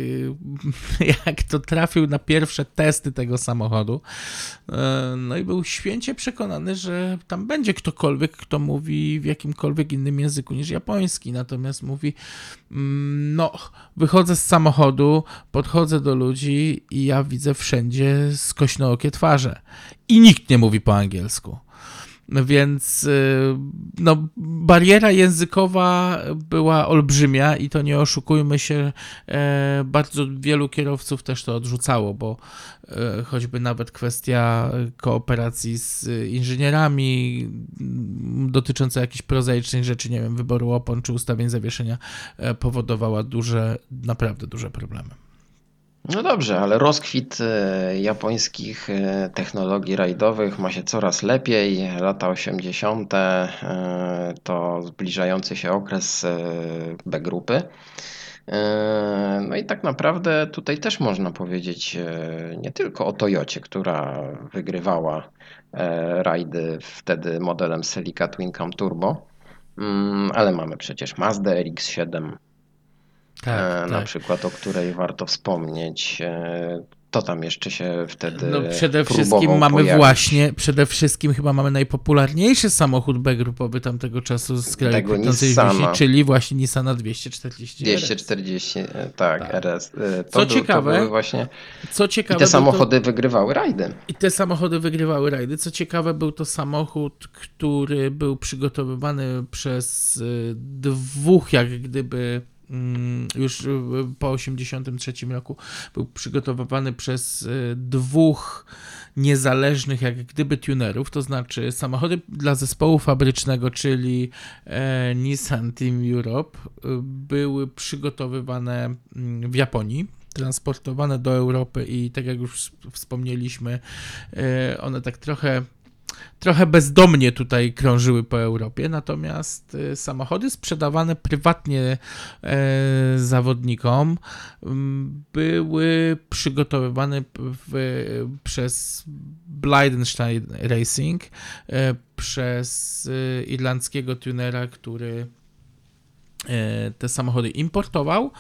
to trafił na pierwsze testy tego samochodu. No i był święcie przekonany, że tam będzie ktokolwiek, kto mówi w jakimkolwiek innym języku niż japoński. Natomiast mówi, wychodzę z samochodu, podchodzę do ludzi i ja widzę wszędzie skośnookie twarze. I nikt nie mówi po angielsku. Więc bariera językowa była olbrzymia i to nie oszukujmy się, bardzo wielu kierowców też to odrzucało, bo choćby nawet kwestia kooperacji z inżynierami dotycząca jakichś prozaicznych rzeczy, nie wiem, wyboru opon czy ustawień zawieszenia powodowała naprawdę duże problemy. No dobrze, ale rozkwit japońskich technologii rajdowych ma się coraz lepiej. Lata 80. to zbliżający się okres B-grupy. No i tak naprawdę tutaj też można powiedzieć nie tylko o Toyocie, która wygrywała rajdy wtedy modelem Celica Twin Cam Turbo, ale mamy przecież Mazdę RX-7, na przykład, o której warto wspomnieć. To tam jeszcze się wtedy przede wszystkim przede wszystkim chyba mamy najpopularniejszy samochód B-grupowy tamtego czasu z kraju kwitnącej wisi, czyli właśnie Nissana 240 tak, RS. Co ciekawe, i te samochody wygrywały rajdy. Co ciekawe, był to samochód, który był przygotowywany przez dwóch, jak gdyby już po 1983 roku był przygotowywany przez dwóch niezależnych jak gdyby tunerów, to znaczy samochody dla zespołu fabrycznego, czyli Nissan Team Europe, były przygotowywane w Japonii, transportowane do Europy i tak jak już wspomnieliśmy, one tak trochę bezdomnie tutaj krążyły po Europie, natomiast samochody sprzedawane prywatnie zawodnikom były przygotowywane przez Blydenstein Racing, przez irlandzkiego tunera, który te samochody importował.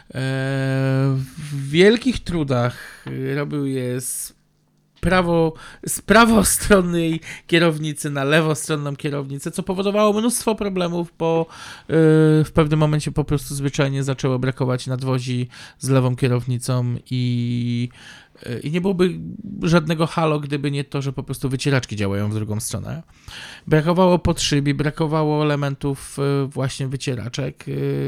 W wielkich trudach robił je z prawostronnej kierownicy na lewostronną kierownicę, co powodowało mnóstwo problemów, bo w pewnym momencie po prostu zwyczajnie zaczęło brakować nadwozi z lewą kierownicą i nie byłoby żadnego halo, gdyby nie to, że po prostu wycieraczki działają w drugą stronę. Brakowało podszybi, brakowało elementów właśnie wycieraczek.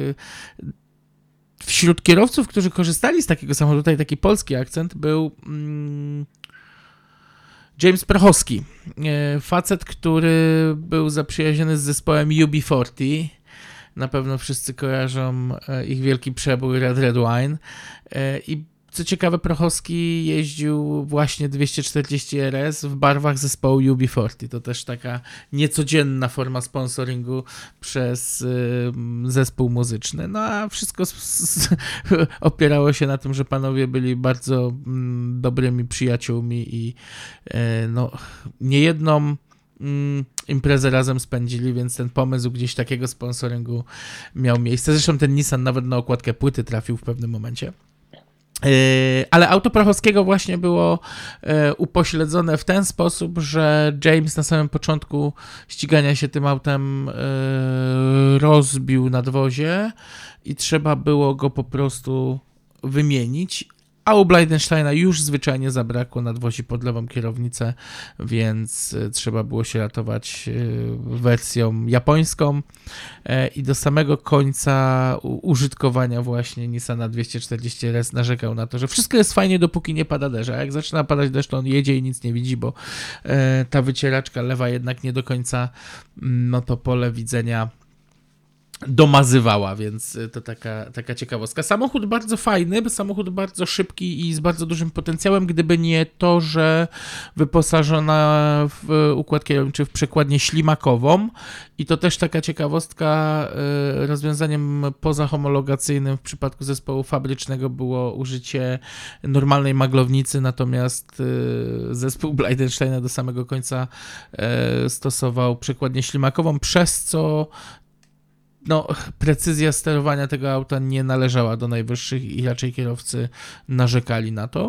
Wśród kierowców, którzy korzystali z takiego samochodu, tutaj taki polski akcent, był James Prochowski, facet, który był zaprzyjaźniony z zespołem UB40. Na pewno wszyscy kojarzą ich wielki przebój Red Red Wine. I Co ciekawe, Prochowski jeździł właśnie 240 RS w barwach zespołu UB40. To też taka niecodzienna forma sponsoringu przez zespół muzyczny. No a wszystko opierało się na tym, że panowie byli bardzo dobrymi przyjaciółmi i no, niejedną imprezę razem spędzili, więc ten pomysł gdzieś takiego sponsoringu miał miejsce. Zresztą ten Nissan nawet na okładkę płyty trafił w pewnym momencie. Ale auto Prochowskiego właśnie było upośledzone w ten sposób, że James na samym początku ścigania się tym autem rozbił nadwozie i trzeba było go po prostu wymienić. A u Bleidensteina już zwyczajnie zabrakło nadwozi pod lewą kierownicę, więc trzeba było się ratować wersją japońską i do samego końca użytkowania właśnie Nissana 240 RS narzekał na to, że wszystko jest fajnie, dopóki nie pada deszcz, a jak zaczyna padać deszcz, to on jedzie i nic nie widzi, bo ta wycieraczka lewa jednak nie do końca to pole widzenia domazywała, więc to taka ciekawostka. Samochód bardzo fajny, samochód bardzo szybki i z bardzo dużym potencjałem, gdyby nie to, że wyposażona w układ kierowniczy w przekładnię ślimakową i to też taka ciekawostka, rozwiązaniem pozahomologacyjnym w przypadku zespołu fabrycznego było użycie normalnej maglownicy, natomiast zespół Bleidensteina do samego końca stosował przekładnię ślimakową, przez co precyzja sterowania tego auta nie należała do najwyższych i raczej kierowcy narzekali na to.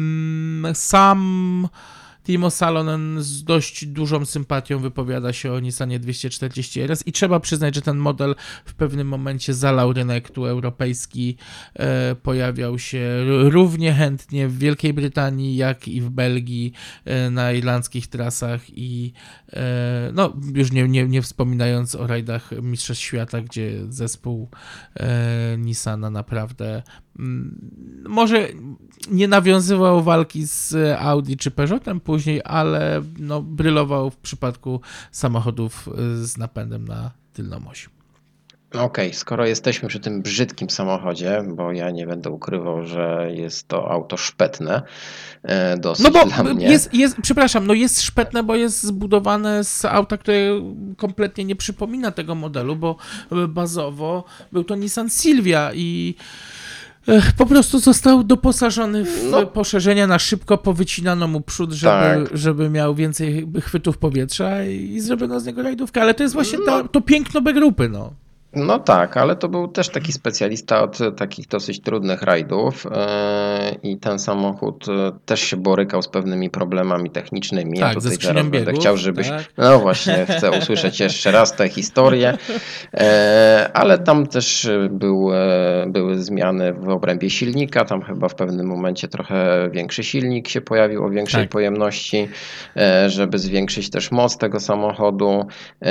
Sam Timo Salonen z dość dużą sympatią wypowiada się o Nissanie 240 RS i trzeba przyznać, że ten model w pewnym momencie zalał rynek tu europejski, pojawiał się równie chętnie w Wielkiej Brytanii, jak i w Belgii na irlandzkich trasach i już nie wspominając o rajdach Mistrzostw Świata, gdzie zespół Nissana naprawdę może nie nawiązywał walki z Audi czy Peugeotem później, ale brylował w przypadku samochodów z napędem na tylną oś. Okej, skoro jesteśmy przy tym brzydkim samochodzie, bo ja nie będę ukrywał, że jest to auto szpetne dosyć dla mnie. Jest szpetne, bo jest zbudowane z auta, które kompletnie nie przypomina tego modelu, bo bazowo był to Nissan Silvia i po prostu został doposażony w poszerzenia na szybko, powycinano mu przód, żeby miał więcej chwytów powietrza i zrobiono z niego rajdówkę, ale to jest właśnie to piękno B-grupy, No tak, ale to był też taki specjalista od takich dosyć trudnych rajdów i ten samochód też się borykał z pewnymi problemami technicznymi. Tak, ze skrzynią biegów. Będę chciał, żebyś... Tak. No właśnie, chcę usłyszeć jeszcze raz tę historię, ale tam też były zmiany w obrębie silnika, tam chyba w pewnym momencie trochę większy silnik się pojawił o większej pojemności, żeby zwiększyć też moc tego samochodu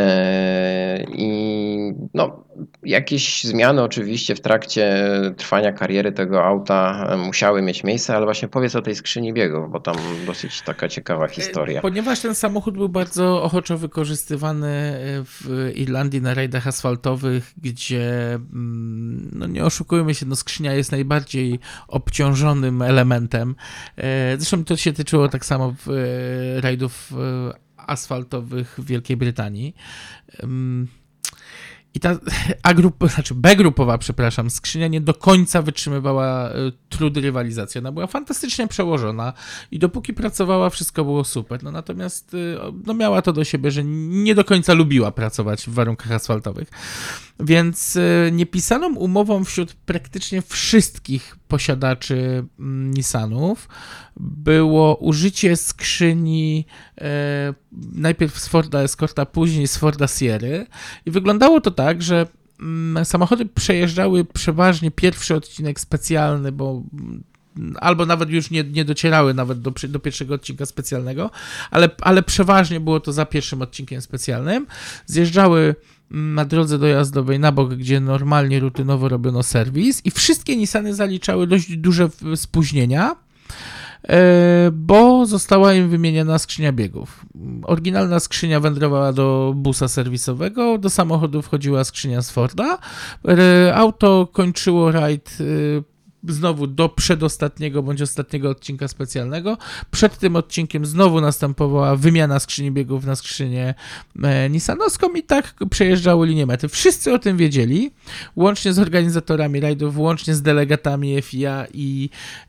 i jakieś zmiany oczywiście w trakcie trwania kariery tego auta musiały mieć miejsce, ale właśnie powiedz o tej skrzyni biegów, bo tam dosyć taka ciekawa historia. Ponieważ ten samochód był bardzo ochoczo wykorzystywany w Irlandii na rajdach asfaltowych, gdzie, nie oszukujmy się, skrzynia jest najbardziej obciążonym elementem. Zresztą to się tyczyło tak samo rajdów asfaltowych w Wielkiej Brytanii. I ta B-grupowa, skrzynia nie do końca wytrzymywała trudy rywalizacji. Ona była fantastycznie przełożona i dopóki pracowała, wszystko było super. Natomiast miała to do siebie, że nie do końca lubiła pracować w warunkach asfaltowych. Więc niepisaną umową wśród praktycznie wszystkich posiadaczy Nissanów było użycie skrzyni najpierw z Forda Escorta, później z Forda Sierry i wyglądało to tak, że samochody przejeżdżały przeważnie pierwszy odcinek specjalny, bo albo nawet już nie docierały nawet do pierwszego odcinka specjalnego, ale przeważnie było to za pierwszym odcinkiem specjalnym. Zjeżdżały na drodze dojazdowej na bok, gdzie normalnie rutynowo robiono serwis i wszystkie Nissany zaliczały dość duże spóźnienia, bo została im wymieniona skrzynia biegów. Oryginalna skrzynia wędrowała do busa serwisowego, do samochodu wchodziła skrzynia z Forda. Auto kończyło rajd znowu do przedostatniego bądź ostatniego odcinka specjalnego. Przed tym odcinkiem znowu następowała wymiana skrzyni biegów na skrzynię nissanowską i tak przejeżdżały linię mety. Wszyscy o tym wiedzieli, łącznie z organizatorami rajdów, łącznie z delegatami FIA i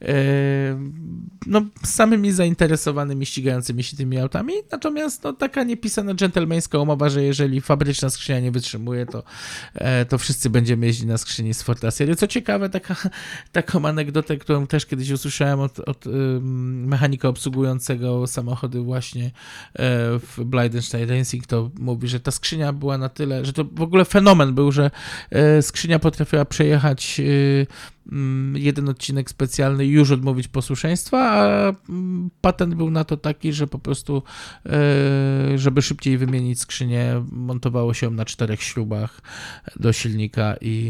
z samymi zainteresowanymi ścigającymi się tymi autami. Natomiast taka niepisana dżentelmeńska umowa, że jeżeli fabryczna skrzynia nie wytrzymuje, to wszyscy będziemy jeździć na skrzyni z Forda Serii. Co ciekawe, taką anegdotę, którą też kiedyś usłyszałem od mechanika obsługującego samochody właśnie w Blydenstein Racing, to mówi, że ta skrzynia była na tyle, że to w ogóle fenomen był, że skrzynia potrafiła przejechać jeden odcinek specjalny i już odmówić posłuszeństwa, a patent był na to taki, że po prostu żeby szybciej wymienić skrzynię, montowało się ją na 4 śrubach do silnika i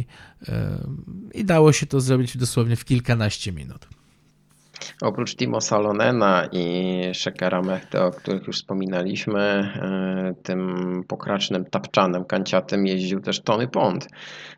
dało się to zrobić dosłownie w kilkanaście minut. Oprócz Timo Salonena i Shekera Mehte, o których już wspominaliśmy, tym pokracznym tapczanem kanciatym jeździł też Tony Pond,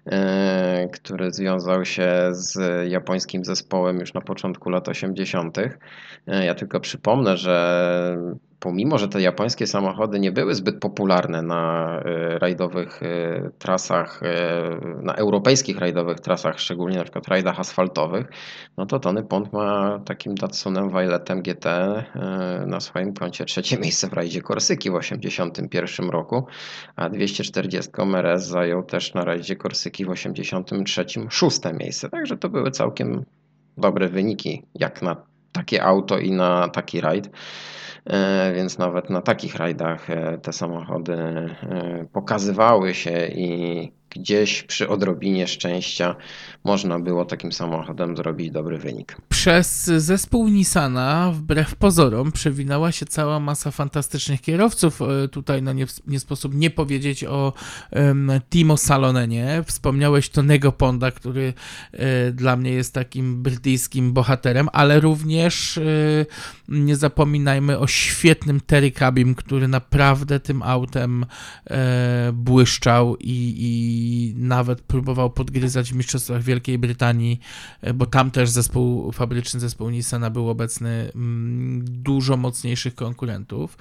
który związał się z japońskim zespołem już na początku lat 80. Ja tylko przypomnę, że pomimo, że te japońskie samochody nie były zbyt popularne na rajdowych trasach, na europejskich rajdowych trasach, szczególnie na przykład rajdach asfaltowych, no to Tony Pond ma takim Datsunem Violetem GT na swoim koncie 3. miejsce w rajdzie Korsyki w 1981 roku, a 240 RS zajął też na rajdzie Korsyki w 1983 6. miejsce. Także to były całkiem dobre wyniki jak na takie auto i na taki rajd. Więc nawet na takich rajdach te samochody pokazywały się i gdzieś przy odrobinie szczęścia można było takim samochodem zrobić dobry wynik. Przez zespół Nissana, wbrew pozorom, przewinęła się cała masa fantastycznych kierowców. Tutaj nie sposób nie powiedzieć o Timo Salonenie. Wspomniałeś Tonego Ponda, który dla mnie jest takim brytyjskim bohaterem, ale również nie zapominajmy o świetnym Terry Cabim, który naprawdę tym autem błyszczał i nawet próbował podgryzać w mistrzostwach Wielkiej Brytanii, bo tam też fabryczny zespół Nissana był obecny, dużo mocniejszych konkurentów.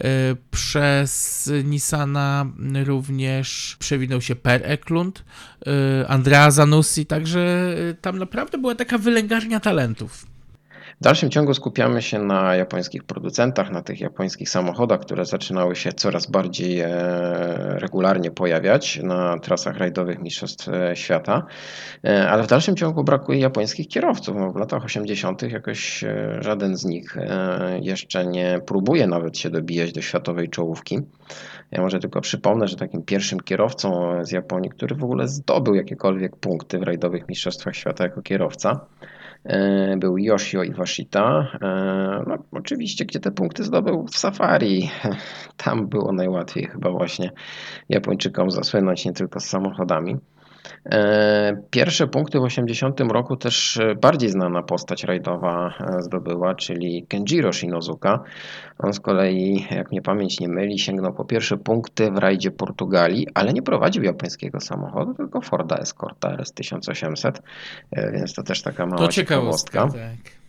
Przez Nissana również przewinął się Per Eklund, Andrea Zanussi, także tam naprawdę była taka wylęgarnia talentów. W dalszym ciągu skupiamy się na japońskich producentach, na tych japońskich samochodach, które zaczynały się coraz bardziej regularnie pojawiać na trasach rajdowych Mistrzostw Świata, ale w dalszym ciągu brakuje japońskich kierowców. W latach 80. jakoś żaden z nich jeszcze nie próbuje nawet się dobijać do światowej czołówki. Ja może tylko przypomnę, że takim pierwszym kierowcą z Japonii, który w ogóle zdobył jakiekolwiek punkty w rajdowych Mistrzostwach Świata jako kierowca, był Yoshio Iwashita. No, oczywiście, gdzie te punkty zdobył? W Safari. Tam było najłatwiej chyba właśnie Japończykom zasłynąć nie tylko z samochodami. Pierwsze punkty w 1980 roku też bardziej znana postać rajdowa zdobyła, czyli Kenjiro Shinozuka. On z kolei, jak mnie pamięć nie myli, sięgnął po pierwsze punkty w rajdzie Portugalii, ale nie prowadził japońskiego samochodu, tylko Forda Escorta RS 1800, więc to też taka mała ciekawostka. Tak.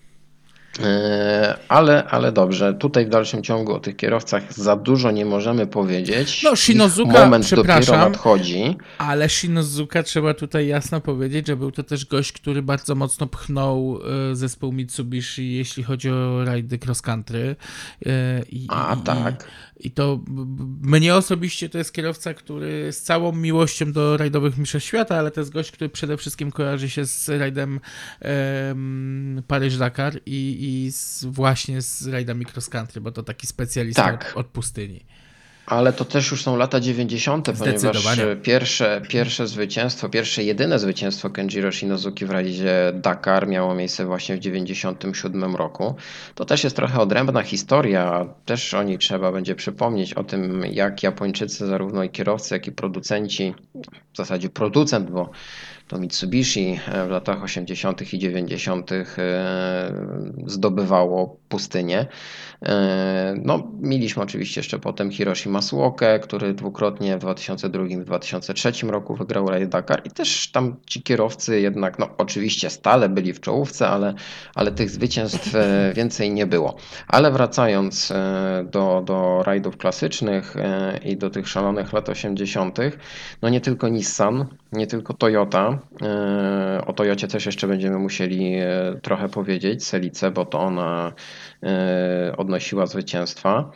Ale dobrze, tutaj w dalszym ciągu o tych kierowcach za dużo nie możemy powiedzieć. No, Shinozuka, moment dopiero nadchodzi. Ale Shinozuka, trzeba tutaj jasno powiedzieć, że był to też gość, który bardzo mocno pchnął zespół Mitsubishi, jeśli chodzi o rajdy cross country. Tak. I to mnie osobiście to jest kierowca, który z całą miłością do rajdowych mistrzostw świata, ale to jest gość, który przede wszystkim kojarzy się z rajdem Paryż-Dakar i właśnie z rajdami cross country, bo to taki specjalista od pustyni. Ale to też już są lata 90., ponieważ pierwsze zwycięstwo, pierwsze jedyne zwycięstwo Kenjiro Shinozuki w rajdzie Dakar miało miejsce właśnie w 97 roku. To też jest trochę odrębna historia, też o niej trzeba będzie przypomnieć, o tym jak Japończycy, zarówno i kierowcy, jak i producenci, w zasadzie producent, bo to Mitsubishi w latach 80. i 90. zdobywało pustynię. No, mieliśmy oczywiście jeszcze potem Hiroshi Masuokę, który dwukrotnie w 2002 i 2003 roku wygrał Raid Dakar i też tam ci kierowcy jednak, no oczywiście stale byli w czołówce, ale tych zwycięstw więcej nie było. Ale wracając do rajdów klasycznych i do tych szalonych lat 80., no nie tylko Nissan, nie tylko Toyota. O Toyocie też jeszcze będziemy musieli trochę powiedzieć, Celice, bo to ona odnosiła zwycięstwa.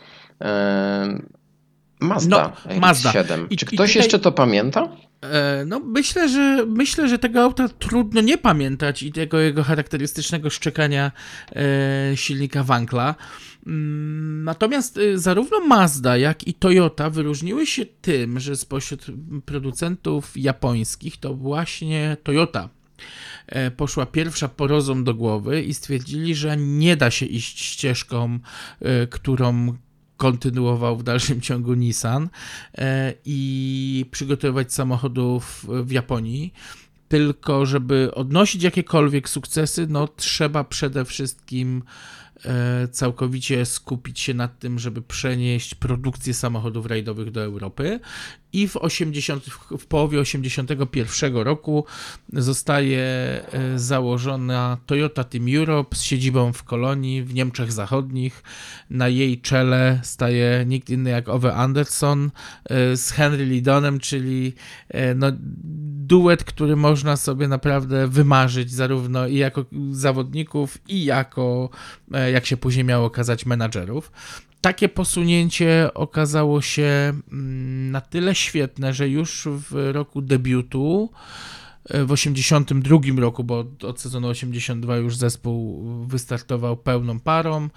Mazda Mazda. RX-7. I Czy ktoś tutaj, jeszcze to pamięta? no myślę, że tego auta trudno nie pamiętać i tego jego charakterystycznego szczekania silnika Wankla. Natomiast zarówno Mazda, jak i Toyota wyróżniły się tym, że spośród producentów japońskich to właśnie Toyota poszła pierwsza po rozum do głowy i stwierdzili, że nie da się iść ścieżką, którą kontynuował w dalszym ciągu Nissan i przygotowywać samochodów w Japonii. Tylko żeby odnosić jakiekolwiek sukcesy, no trzeba przede wszystkim całkowicie skupić się nad tym, żeby przenieść produkcję samochodów rajdowych do Europy i w połowie 1981 roku zostaje założona Toyota Team Europe z siedzibą w Kolonii w Niemczech Zachodnich. Na jej czele staje nikt inny jak Ove Anderson z Henry Lidonem, czyli no, duet, który można sobie naprawdę wymarzyć zarówno i jako zawodników, i jako, jak się później miało okazać, menadżerów. Takie posunięcie okazało się na tyle świetne, że już w roku debiutu, w 82 roku, bo od sezonu 82 już zespół wystartował pełną parą,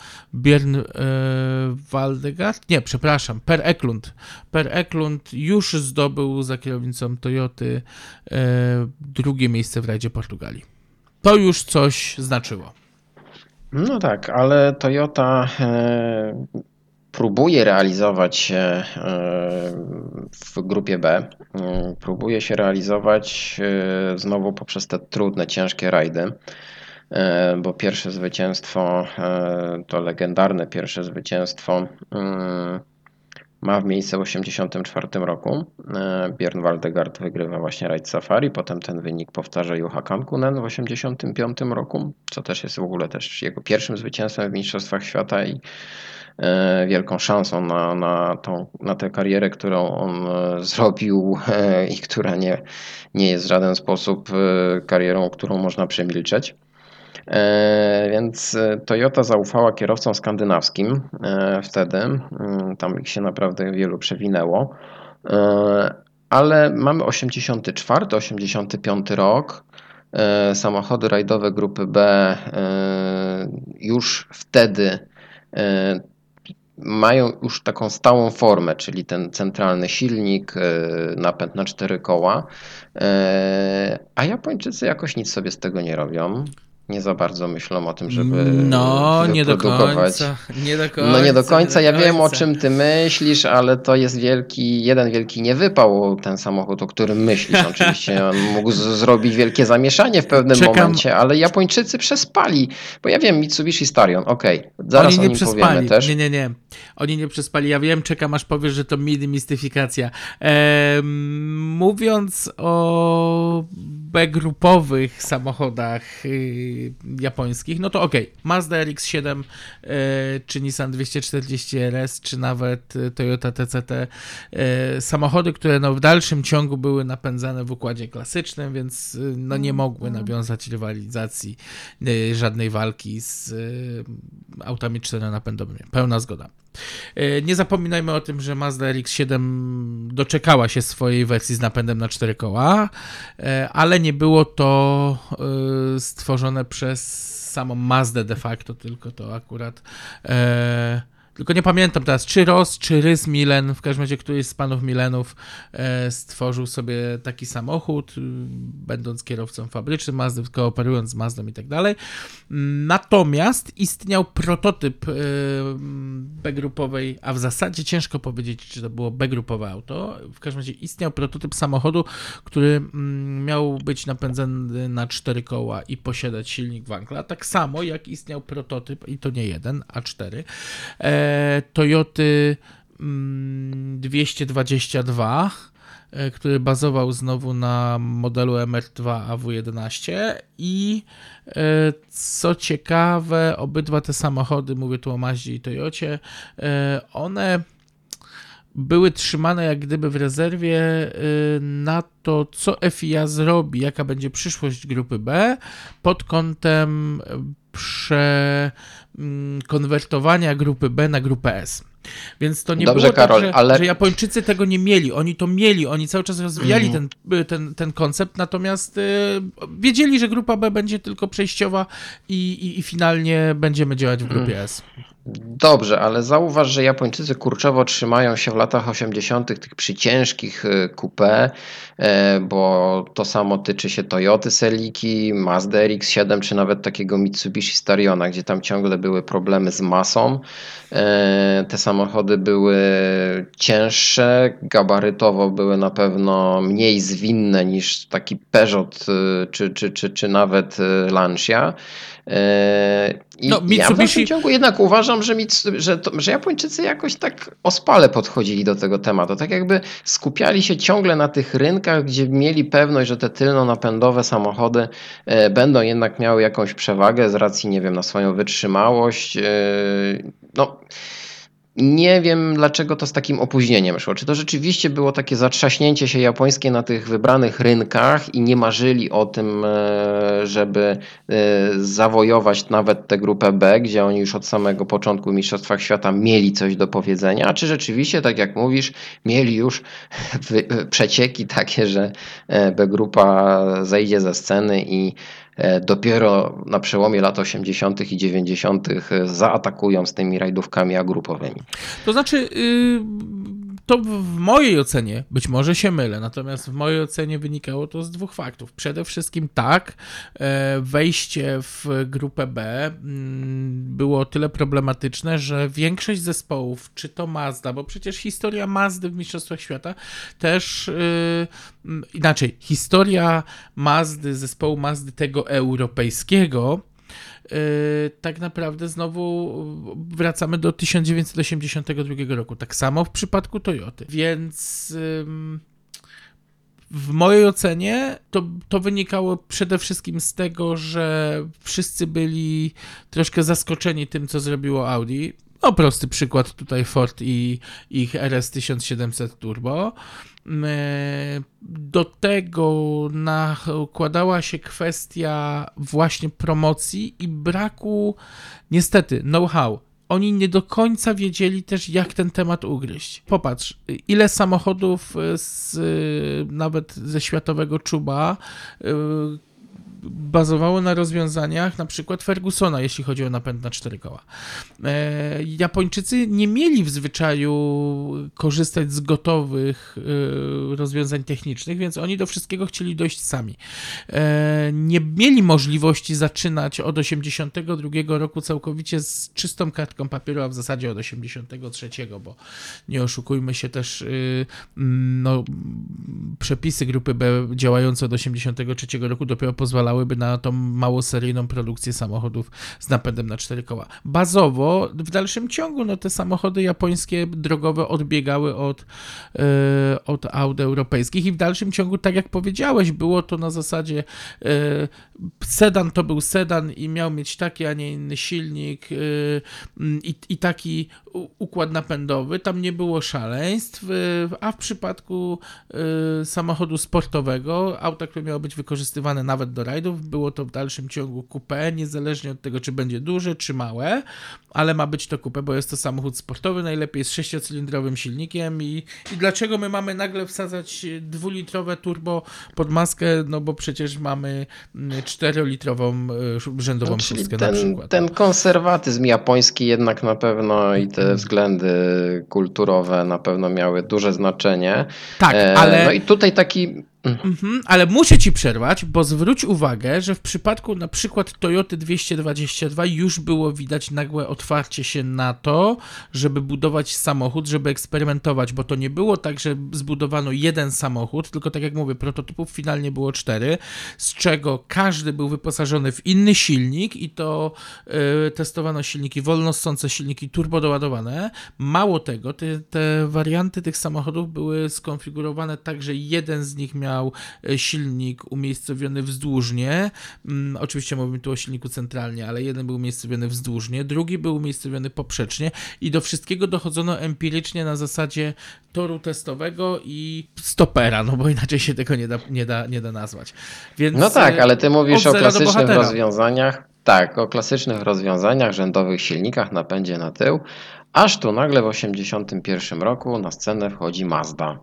Per Eklund już zdobył za kierownicą Toyoty drugie miejsce w rajdzie Portugalii. To już coś znaczyło. No tak, ale Toyota próbuje realizować się w grupie B. Próbuje się realizować znowu poprzez te trudne, ciężkie rajdy, bo pierwsze zwycięstwo, to legendarne pierwsze zwycięstwo ma miejsce w 1984 roku. Björn Waldegard wygrywa właśnie rajd Safari, potem ten wynik powtarza Juha Kankkunen w 1985 roku, co też jest w ogóle też jego pierwszym zwycięstwem w Mistrzostwach Świata i wielką szansą na tę karierę, którą on zrobił i która nie jest w żaden sposób karierą, którą można przemilczeć. Więc Toyota zaufała kierowcom skandynawskim wtedy, tam ich się naprawdę wielu przewinęło, ale mamy 84, 85 rok, samochody rajdowe grupy B już wtedy mają już taką stałą formę, czyli ten centralny silnik, napęd na 4 koła, a Japończycy jakoś nic sobie z tego nie robią. Nie za bardzo myślą o tym, żeby wyprodukować. Nie do końca. No nie do końca. Ja wiem, o czym ty myślisz, ale to jest jeden wielki niewypał, ten samochód, o którym myślisz. Oczywiście on mógł zrobić wielkie zamieszanie w pewnym momencie, ale Japończycy przespali. Bo ja wiem, Mitsubishi Starion, zaraz o nim powiemy też. Nie. Oni nie przespali. Ja wiem, czekam aż powiesz, że to mistyfikacja. Mówiąc o B-grupowych samochodach japońskich, no to Mazda RX-7 czy Nissan 240 RS, czy nawet Toyota TCT, samochody, które no w dalszym ciągu były napędzane w układzie klasycznym, więc no nie mogły nawiązać rywalizacji, żadnej walki z autami czteronapędowymi. Pełna zgoda. Nie zapominajmy o tym, że Mazda RX-7 doczekała się swojej wersji z napędem na 4 koła, ale nie było to stworzone przez samą Mazdę de facto, tylko to akurat tylko nie pamiętam teraz, czy Ross, czy Rys Millen, w każdym razie któryś z panów Millenów stworzył sobie taki samochód, będąc kierowcą fabrycznym Mazdy, kooperując z Mazdą i tak dalej. Natomiast istniał prototyp B-grupowej, a w zasadzie ciężko powiedzieć, czy to było B-grupowe auto. W każdym razie istniał prototyp samochodu, który miał być napędzany na 4 koła i posiadać silnik Wankla. Tak samo jak istniał prototyp, i to nie jeden, a 4, Toyoty 222, który bazował znowu na modelu MR2 AW11 i co ciekawe, obydwa te samochody, mówię tu o Mazdzie i Toyocie, one były trzymane jak gdyby w rezerwie na to, co FIA zrobi, jaka będzie przyszłość grupy B pod kątem konwertowania grupy B na grupę S. Więc to nie Dobrze, było Karol, tak, że Japończycy tego nie mieli. Oni to mieli, oni cały czas rozwijali ten koncept, natomiast wiedzieli, że grupa B będzie tylko przejściowa i finalnie będziemy działać w grupie S. Dobrze, ale zauważ, że Japończycy kurczowo trzymają się w latach 80. tych przyciężkich coupé, bo to samo tyczy się Toyoty Celica, Mazda RX-7 czy nawet takiego Mitsubishi Stariona, gdzie tam ciągle były problemy z masą. Te samochody były cięższe, gabarytowo były na pewno mniej zwinne niż taki Peugeot czy nawet Lancia. I Mitsubishi... ja w dalszym ciągu jednak uważam, że Japończycy jakoś tak ospale podchodzili do tego tematu. Tak jakby skupiali się ciągle na tych rynkach, gdzie mieli pewność, że te tylno-napędowe samochody będą jednak miały jakąś przewagę z racji, nie wiem, na swoją wytrzymałość. Nie wiem, dlaczego to z takim opóźnieniem szło. Czy to rzeczywiście było takie zatrzaśnięcie się japońskie na tych wybranych rynkach i nie marzyli o tym, żeby zawojować nawet tę grupę B, gdzie oni już od samego początku w Mistrzostwach Świata mieli coś do powiedzenia, a czy rzeczywiście, tak jak mówisz, mieli już przecieki takie, że B-grupa zejdzie ze sceny i dopiero na przełomie lat 80. i 90. zaatakują z tymi rajdówkami agrupowymi. To znaczy, to w mojej ocenie, być może się mylę, natomiast w mojej ocenie wynikało to z 2 faktów. Przede wszystkim tak, wejście w grupę B było tyle problematyczne, że większość zespołów, czy to Mazda, bo przecież historia Mazdy w Mistrzostwach Świata też inaczej, historia Mazdy, zespołu Mazdy tego europejskiego, tak naprawdę znowu wracamy do 1982 roku. Tak samo w przypadku Toyoty. Więc w mojej ocenie to wynikało przede wszystkim z tego, że wszyscy byli troszkę zaskoczeni tym, co zrobiło Audi. No, prosty przykład tutaj Ford i ich RS 1700 Turbo. Do tego nakładała się kwestia właśnie promocji i braku, niestety, know-how. Oni nie do końca wiedzieli też, jak ten temat ugryźć. Popatrz, ile samochodów nawet ze światowego czuba bazowało na rozwiązaniach na przykład Fergusona, jeśli chodzi o napęd na 4 koła. Japończycy nie mieli w zwyczaju korzystać z gotowych rozwiązań technicznych, więc oni do wszystkiego chcieli dojść sami. Nie mieli możliwości zaczynać od 82 roku całkowicie z czystą kartką papieru, a w zasadzie od 83, bo nie oszukujmy się też, przepisy grupy B działające od 83 roku dopiero pozwalałyby na tą małoseryjną produkcję samochodów z napędem na 4 koła. Bazowo w dalszym ciągu te samochody japońskie drogowe odbiegały od aut europejskich i w dalszym ciągu, tak jak powiedziałeś, było to na zasadzie sedan to był sedan i miał mieć taki, a nie inny silnik i taki układ napędowy. Tam nie było szaleństw, a w przypadku samochodu sportowego, auta, które miało być wykorzystywane nawet do rajdów, rajdów. Było to w dalszym ciągu coupé, niezależnie od tego, czy będzie duże, czy małe, ale ma być to coupé, bo jest to samochód sportowy, najlepiej z 6-cylindrowym silnikiem i dlaczego my mamy nagle wsadzać 2-litrowe turbo pod maskę, no bo przecież mamy 4-litrową rzędową No, czyli szóstkę na przykład. ten konserwatyzm japoński jednak na pewno i te względy kulturowe na pewno miały duże znaczenie. Tak, ale... No i tutaj taki... Ale muszę ci przerwać, bo zwróć uwagę, że w przypadku na przykład Toyoty 222 już było widać nagłe otwarcie się na to, żeby budować samochód, żeby eksperymentować, bo to nie było tak, że zbudowano jeden samochód, tylko tak jak mówię, prototypów finalnie było 4, z czego każdy był wyposażony w inny silnik i to testowano silniki wolnossące, silniki turbodoładowane. Mało tego, te warianty tych samochodów były skonfigurowane tak, że jeden z nich miał silnik umiejscowiony wzdłużnie. Oczywiście mówimy tu o silniku centralnie, ale jeden był umiejscowiony wzdłużnie, drugi był umiejscowiony poprzecznie i do wszystkiego dochodzono empirycznie na zasadzie toru testowego i stopera, no bo inaczej się tego nie da nazwać. Więc no tak, ale ty mówisz o klasycznych rozwiązaniach. Tak, o klasycznych rozwiązaniach, rzędowych silnikach, napędzie na tył, aż tu nagle w 1981 roku na scenę wchodzi Mazda.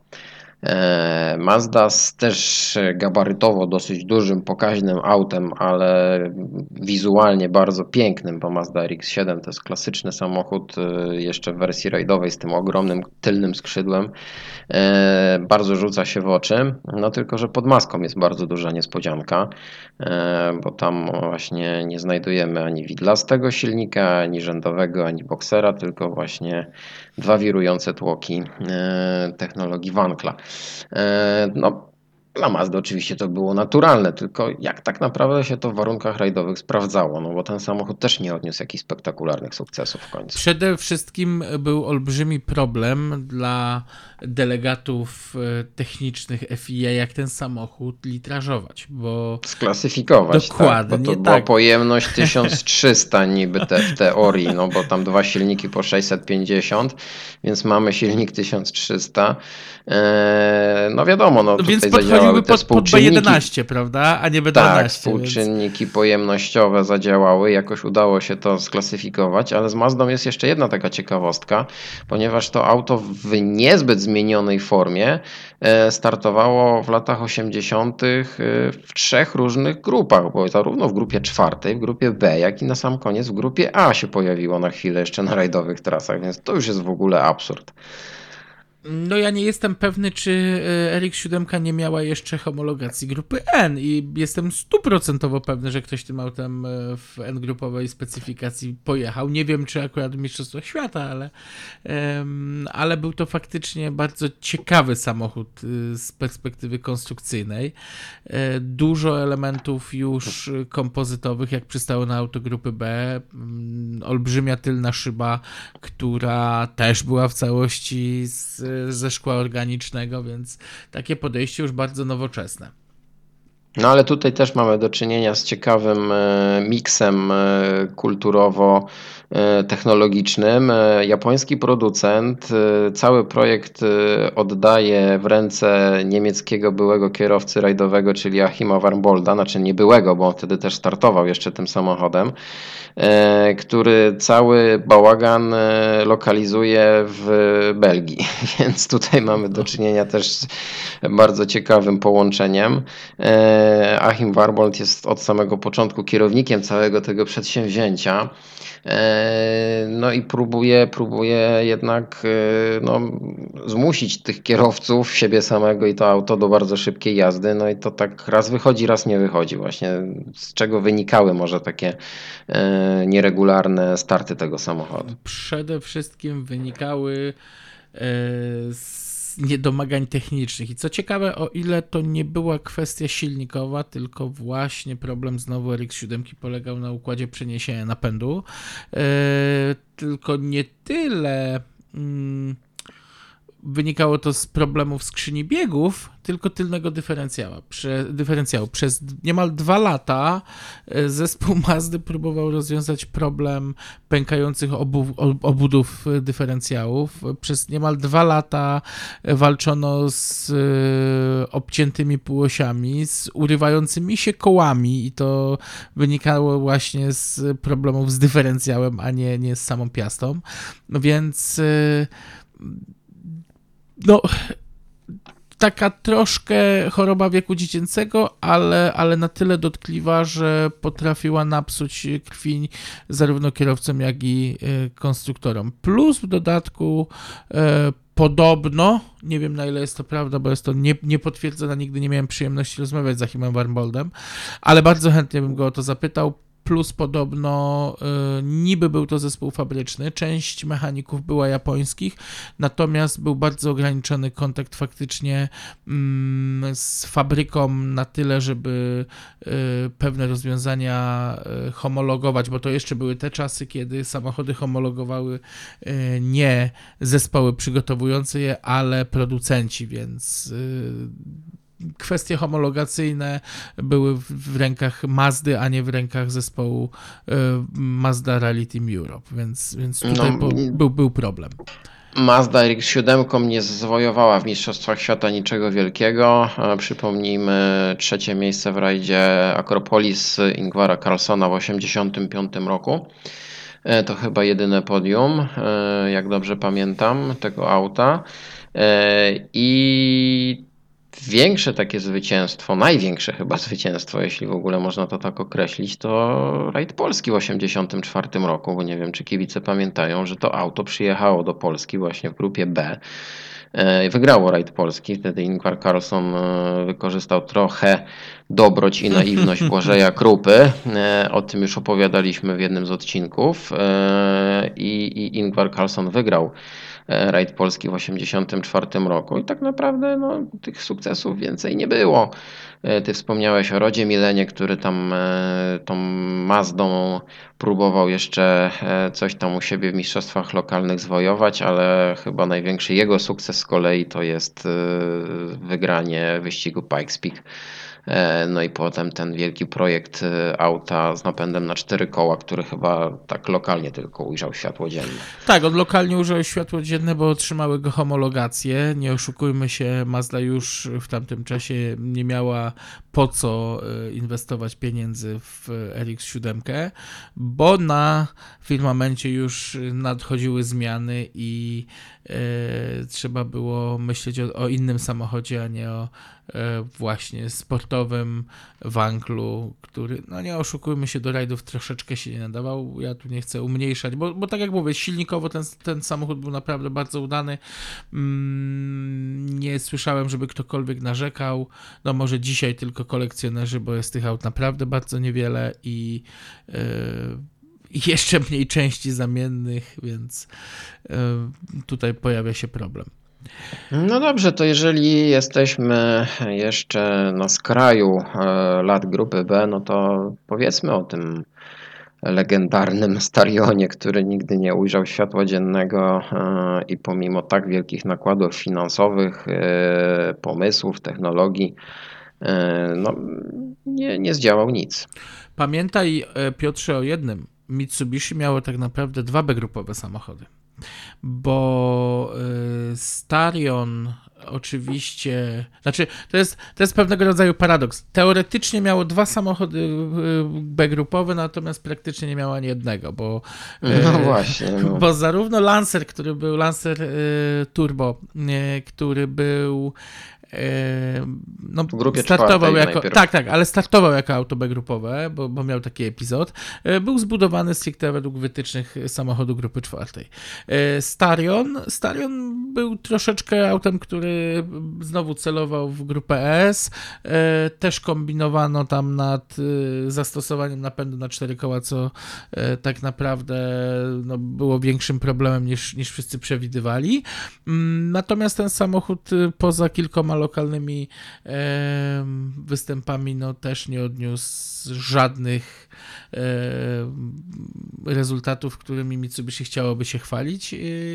Mazda z też gabarytowo dosyć dużym, pokaźnym autem, ale wizualnie bardzo pięknym, bo Mazda RX-7 to jest klasyczny samochód jeszcze w wersji rajdowej z tym ogromnym tylnym skrzydłem. Bardzo rzuca się w oczy, no tylko że pod maską jest bardzo duża niespodzianka, bo tam właśnie nie znajdujemy ani widlastego silnika, ani rzędowego, ani boksera, tylko właśnie dwa wirujące tłoki technologii Wankla. No, dla Mazdy oczywiście to było naturalne, tylko jak tak naprawdę się to w warunkach rajdowych sprawdzało, no bo ten samochód też nie odniósł jakichś spektakularnych sukcesów w końcu. Przede wszystkim był olbrzymi problem dla delegatów technicznych FIA, jak ten samochód litrażować, bo... Sklasyfikować, Dokładnie, tak, bo to tak. była pojemność 1300 niby w teorii, no bo tam dwa silniki po 650, więc mamy silnik 1300. No wiadomo, no tutaj więc zadziałały te pod współczynniki. B11, prawda, a nie B12. Tak, współczynniki pojemnościowe zadziałały, jakoś udało się to sklasyfikować, ale z Mazdą jest jeszcze jedna taka ciekawostka, ponieważ to auto w niezbyt zmienionej formie startowało w latach 80. w 3 różnych grupach, bo zarówno w grupie 4, w grupie B, jak i na sam koniec w grupie A się pojawiło na chwilę jeszcze na rajdowych trasach, więc to już jest w ogóle absurd. No ja nie jestem pewny, czy RX-7 nie miała jeszcze homologacji grupy N i jestem 100% pewny, że ktoś tym autem w N-grupowej specyfikacji pojechał. Nie wiem, czy akurat w Mistrzostwach Świata, ale był to faktycznie bardzo ciekawy samochód z perspektywy konstrukcyjnej. Dużo elementów już kompozytowych, jak przystało na auto grupy B. Olbrzymia tylna szyba, która też była w całości ze szkła organicznego, więc takie podejście już bardzo nowoczesne. No ale tutaj też mamy do czynienia z ciekawym miksem kulturowo-technologicznym. Japoński producent cały projekt oddaje w ręce niemieckiego byłego kierowcy rajdowego, czyli Achima Warmbolda, znaczy nie byłego, bo on wtedy też startował jeszcze tym samochodem, który cały bałagan lokalizuje w Belgii, więc tutaj mamy do czynienia też z bardzo ciekawym połączeniem. Achim Warmbold jest od samego początku kierownikiem całego tego przedsięwzięcia. No i próbuje jednak zmusić tych kierowców, siebie samego i to auto do bardzo szybkiej jazdy. No i to tak raz wychodzi, raz nie wychodzi właśnie. Z czego wynikały może takie nieregularne starty tego samochodu? Przede wszystkim wynikały z niedomagań technicznych. I co ciekawe, o ile to nie była kwestia silnikowa, tylko właśnie problem znowu RX-7 polegał na układzie przeniesienia napędu. Tylko nie tyle wynikało to z problemów skrzyni biegów, tylko tylnego dyferencjału. Przez niemal 2 lata zespół Mazdy próbował rozwiązać problem pękających obudów dyferencjałów. Przez niemal 2 lata walczono z obciętymi półosiami, z urywającymi się kołami i to wynikało właśnie z problemów z dyferencjałem, a nie z samą piastą. No więc taka troszkę choroba wieku dziecięcego, ale na tyle dotkliwa, że potrafiła napsuć krwi zarówno kierowcom, jak i konstruktorom. Plus w dodatku podobno, nie wiem na ile jest to prawda, bo jest to niepotwierdzone, nigdy nie miałem przyjemności rozmawiać z Achimem Warmboldem, ale bardzo chętnie bym go o to zapytał. Plus podobno niby był to zespół fabryczny, część mechaników była japońskich, natomiast był bardzo ograniczony kontakt faktycznie z fabryką na tyle, żeby pewne rozwiązania homologować, bo to jeszcze były te czasy, kiedy samochody homologowały nie zespoły przygotowujące je, ale producenci, więc kwestie homologacyjne były w rękach Mazdy, a nie w rękach zespołu Mazda Rally Team Europe, więc tutaj był problem. Mazda RX-7 nie zwojowała w Mistrzostwach Świata niczego wielkiego. Przypomnijmy 3. miejsce w rajdzie Akropolis Ingvara Carlsona w 1985 roku. To chyba jedyne podium, jak dobrze pamiętam, tego auta. I większe takie zwycięstwo, największe chyba zwycięstwo, jeśli w ogóle można to tak określić, to rajd Polski w 1984 roku, bo nie wiem, czy kibice pamiętają, że to auto przyjechało do Polski właśnie w grupie B. Wygrało rajd Polski, wtedy Ingvar Carlsson wykorzystał trochę dobroć i naiwność Błażeja Krupy. O tym już opowiadaliśmy w jednym z odcinków i Ingvar Carlsson wygrał rajd Polski w 1984 roku i tak naprawdę tych sukcesów więcej nie było. Ty wspomniałeś o Rodzie Milenie, który tam tą Mazdą próbował jeszcze coś tam u siebie w mistrzostwach lokalnych zwojować, ale chyba największy jego sukces z kolei to jest wygranie wyścigu Pikes Peak. No i potem ten wielki projekt auta z napędem na 4 koła, który chyba tak lokalnie tylko ujrzał światło dzienne. Tak, on lokalnie ujrzał światło dzienne, bo otrzymały go homologację. Nie oszukujmy się, Mazda już w tamtym czasie nie miała po co inwestować pieniędzy w RX-7, bo na firmamencie już nadchodziły zmiany i trzeba było myśleć o innym samochodzie, a nie o właśnie sportowym wanklu, który, nie oszukujmy się, do rajdów troszeczkę się nie nadawał. Ja tu nie chcę umniejszać, bo tak jak mówię, silnikowo ten samochód był naprawdę bardzo udany. Nie słyszałem, żeby ktokolwiek narzekał. Może dzisiaj tylko kolekcjonerzy, bo jest tych aut naprawdę bardzo niewiele i jeszcze mniej części zamiennych, więc tutaj pojawia się problem. No dobrze, to jeżeli jesteśmy jeszcze na skraju lat grupy B, no to powiedzmy o tym legendarnym Starionie, który nigdy nie ujrzał światła dziennego i pomimo tak wielkich nakładów finansowych, pomysłów, technologii, nie zdziałał nic. Pamiętaj, Piotrze, o jednym. Mitsubishi miało tak naprawdę 2 B-grupowe samochody, bo Starion oczywiście, to jest pewnego rodzaju paradoks. Teoretycznie miało 2 samochody B-grupowe, natomiast praktycznie nie miało ani jednego, bo właśnie. Bo zarówno Lancer, który był Lancer Turbo, który był w grupie startował jako najpierw. tak, ale startował jako auto B-grupowe, bo miał taki epizod. Był zbudowany stricte według wytycznych samochodu grupy 4. Starion był troszeczkę autem, który znowu celował w grupę S. Też kombinowano tam nad zastosowaniem napędu na 4 koła, co tak naprawdę było większym problemem niż wszyscy przewidywali. Natomiast ten samochód poza kilkoma lokalnymi występami no też nie odniósł żadnych rezultatów, którymi Mitsubishi chciałoby się chwalić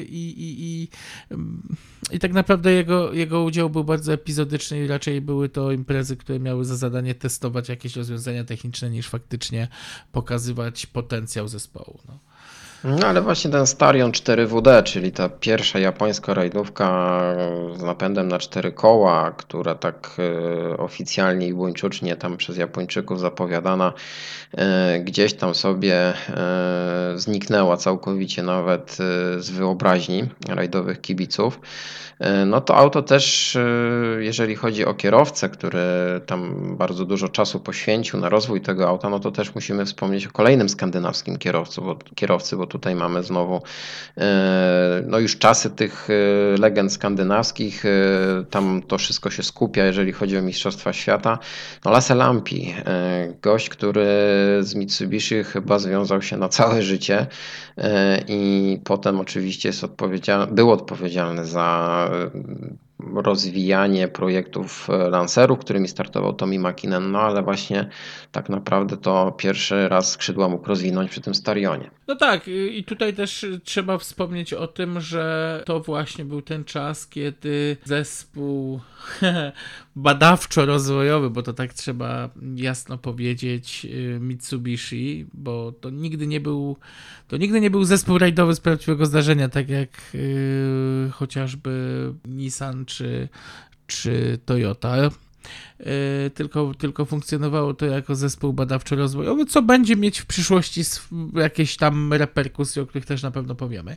i tak naprawdę jego udział był bardzo epizodyczny i raczej były to imprezy, które miały za zadanie testować jakieś rozwiązania techniczne niż faktycznie pokazywać potencjał zespołu. No. No ale właśnie ten Starion 4WD, czyli ta pierwsza japońska rajdówka z napędem na 4 koła, która tak oficjalnie i buńczucznie tam przez Japończyków zapowiadana, gdzieś tam sobie zniknęła całkowicie nawet z wyobraźni rajdowych kibiców. No to auto też, jeżeli chodzi o kierowcę, który tam bardzo dużo czasu poświęcił na rozwój tego auta, no to też musimy wspomnieć o kolejnym skandynawskim kierowcy, bo tutaj mamy znowu no już czasy tych legend skandynawskich, tam to wszystko się skupia, jeżeli chodzi o Mistrzostwa Świata. No Lasse Lampi, gość, który z Mitsubishi chyba związał się na całe życie i potem oczywiście był odpowiedzialny za rozwijanie projektów Lancerów, którymi startował Tommy Mäkinen, no ale właśnie tak naprawdę to pierwszy raz skrzydła mógł rozwinąć przy tym Starionie. No tak, i tutaj też trzeba wspomnieć o tym, że to właśnie był ten czas, kiedy zespół badawczo-rozwojowy, bo to tak trzeba jasno powiedzieć, Mitsubishi, bo to nigdy nie był zespół rajdowy z prawdziwego zdarzenia, tak jak chociażby Nissan czy Toyota. Tylko funkcjonowało to jako zespół badawczo-rozwojowy, co będzie mieć w przyszłości jakieś tam reperkusje, o których też na pewno powiemy.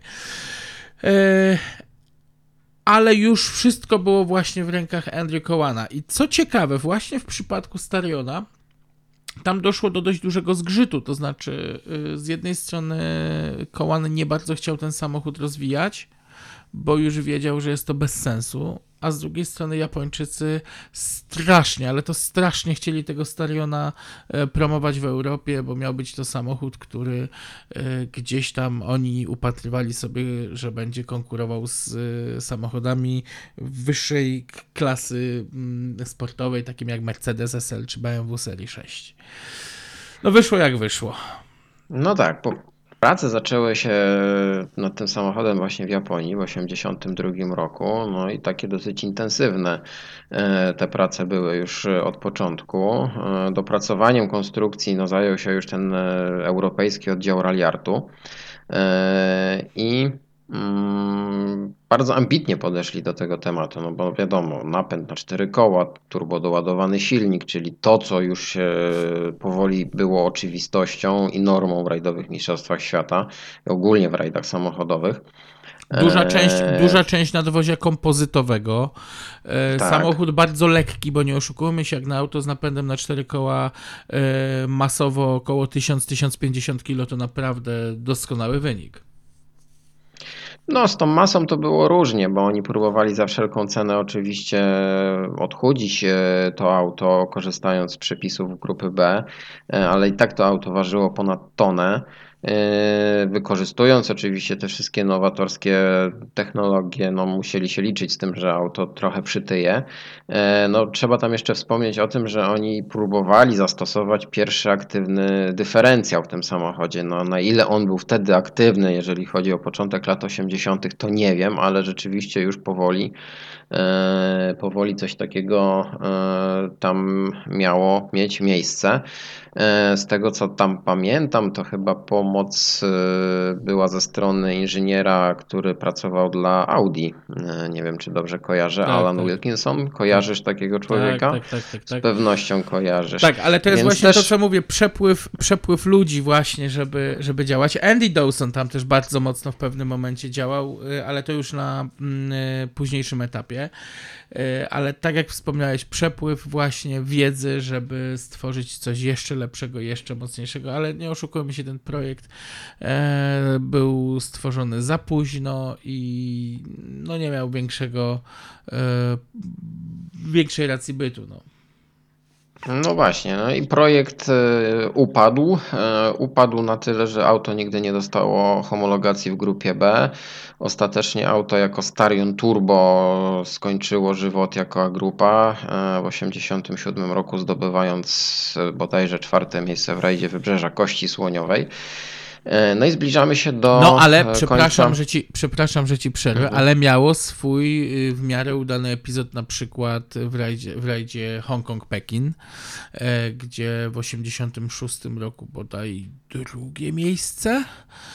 Ale już wszystko było właśnie w rękach Andrew Cowana. I co ciekawe, właśnie w przypadku Stariona tam doszło do dość dużego zgrzytu, to znaczy z jednej strony Cowan nie bardzo chciał ten samochód rozwijać, bo już wiedział, że jest to bez sensu, a z drugiej strony Japończycy strasznie, ale to strasznie chcieli tego Stariona promować w Europie, bo miał być to samochód, który gdzieś tam oni upatrywali sobie, że będzie konkurował z samochodami wyższej klasy sportowej, takim jak Mercedes SL czy BMW Serii 6. No wyszło jak wyszło. No tak, prace zaczęły się nad tym samochodem właśnie w Japonii w 1982 roku, no i takie dosyć intensywne te prace były już od początku. Dopracowaniem konstrukcji no, zajął się już ten europejski oddział Ralliartu i bardzo ambitnie podeszli do tego tematu, no bo wiadomo, napęd na 4 koła, turbodoładowany silnik, czyli to, co już powoli było oczywistością i normą w rajdowych mistrzostwach świata i ogólnie w rajdach samochodowych. Duża część nadwozia kompozytowego. Tak. Samochód bardzo lekki, bo nie oszukujmy się, jak na auto z napędem na 4 koła masowo około 1000-1050 kg to naprawdę doskonały wynik. No, z tą masą to było różnie, bo oni próbowali za wszelką cenę oczywiście odchudzić to auto, korzystając z przepisów grupy B, ale i tak to auto ważyło ponad tonę. Wykorzystując oczywiście te wszystkie nowatorskie technologie, no musieli się liczyć z tym, że auto trochę przytyje. No, trzeba tam jeszcze wspomnieć o tym, że oni próbowali zastosować pierwszy aktywny dyferencjał w tym samochodzie. No, na ile on był wtedy aktywny, jeżeli chodzi o początek lat 80., to nie wiem, ale rzeczywiście już powoli coś takiego tam miało mieć miejsce. Z tego co tam pamiętam, to chyba pomoc była ze strony inżyniera, który pracował dla Audi. Nie wiem, czy dobrze kojarzę. Tak, Alan tak. Wilkinson. Kojarzysz takiego człowieka? Tak. Z pewnością kojarzysz. Tak, ale to jest Więc właśnie też... to, co mówię, przepływ ludzi właśnie, żeby działać. Andy Dawson tam też bardzo mocno w pewnym momencie działał, ale to już na późniejszym etapie. Ale tak jak wspomniałeś, przepływ właśnie wiedzy, żeby stworzyć coś jeszcze lepszego, jeszcze mocniejszego, ale nie oszukujmy się, ten projekt był stworzony za późno i no nie miał większej racji bytu. No. No właśnie, no i projekt upadł. Upadł na tyle, że auto nigdy nie dostało homologacji w grupie B. Ostatecznie auto jako Starion Turbo skończyło żywot jako A-grupa w 1987 roku, zdobywając bodajże 4. miejsce w rajdzie Wybrzeża Kości Słoniowej. No i zbliżamy się No do ale końca. przepraszam, że ci przerwę, Mhm. ale miało swój w miarę udany epizod na przykład w rajdzie Hongkong-Pekin, gdzie w 86 roku bodaj drugie miejsce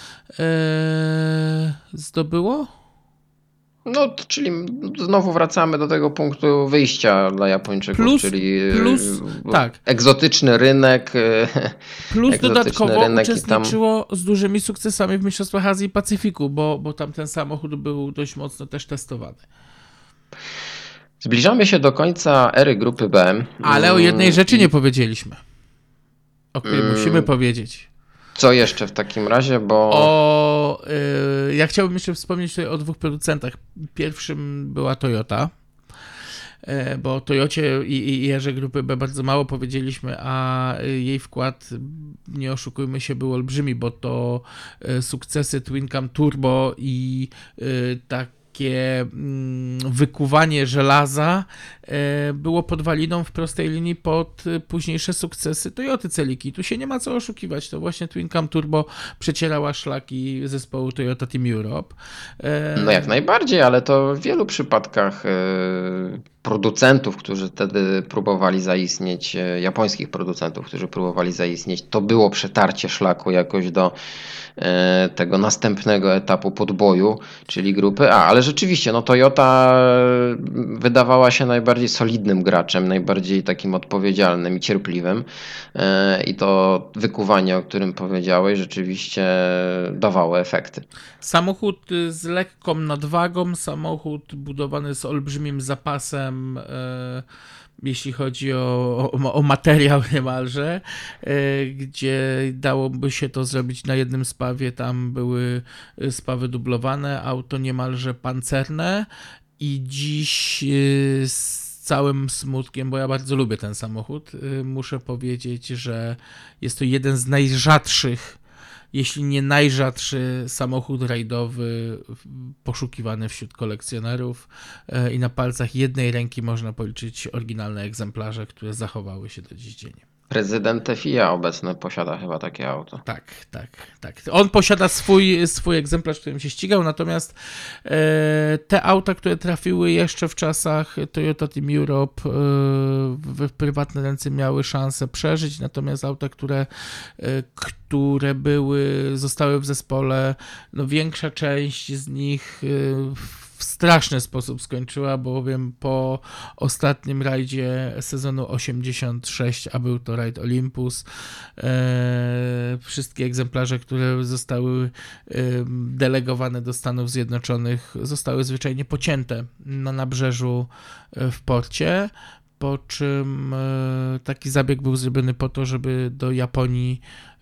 zdobyło. No, czyli znowu wracamy do tego punktu wyjścia dla Japończyków, Plus, czyli plus, tak, egzotyczny rynek, plus egzotyczny dodatkowo rynek i tam uczestniczyło z dużymi sukcesami w Mistrzostwach Azji i Pacyfiku, bo tam ten samochód był dość mocno też testowany. zbliżamy się do końca ery grupy B. Ale o jednej rzeczy nie I powiedzieliśmy, o której musimy powiedzieć. co jeszcze w takim razie, bo Ja chciałbym jeszcze wspomnieć tutaj o dwóch producentach. Pierwszym była Toyota, bo o Toyocie i erze grupy B bardzo mało powiedzieliśmy, a jej wkład, nie oszukujmy się, był olbrzymi, bo to sukcesy Twin Cam Turbo i takie wykuwanie żelaza było podwaliną w prostej linii pod późniejsze sukcesy Toyoty Celiki. Tu się nie ma co oszukiwać, to właśnie Twin Cam Turbo przecierała szlaki zespołu Toyota Team Europe. no jak najbardziej, ale to w wielu przypadkach producentów, którzy wtedy próbowali zaistnieć, japońskich producentów, którzy próbowali zaistnieć, to było przetarcie szlaku jakoś do tego następnego etapu podboju, czyli grupy A. Ale rzeczywiście, no Toyota wydawała się najbardziej solidnym graczem, najbardziej takim odpowiedzialnym i cierpliwym. I to wykuwanie, o którym powiedziałeś, rzeczywiście dawało efekty. Samochód z lekką nadwagą, samochód budowany z olbrzymim zapasem, jeśli chodzi o materiał niemalże, gdzie dałoby się to zrobić na jednym spawie, tam były spawy dublowane, auto niemalże pancerne i dziś z całym smutkiem, bo ja bardzo lubię ten samochód, muszę powiedzieć, że jest to jeden z najrzadszych, jeśli nie najrzadszy samochód rajdowy poszukiwany wśród kolekcjonerów i na palcach jednej ręki można policzyć oryginalne egzemplarze, które zachowały się do dziś dzień. Prezydent FIA obecny posiada chyba takie auto. Tak. On posiada swój egzemplarz, którym się ścigał, natomiast te auta, które trafiły jeszcze w czasach Toyota Team Europe w prywatne ręce miały szansę przeżyć, natomiast auta, które zostały w zespole, no większa część z nich w straszny sposób skończyła, bowiem po ostatnim rajdzie sezonu 86, a był to rajd Olympus, wszystkie egzemplarze, które zostały delegowane do Stanów Zjednoczonych, zostały zwyczajnie pocięte na nabrzeżu w porcie, po czym taki zabieg był zrobiony po to, żeby do Japonii,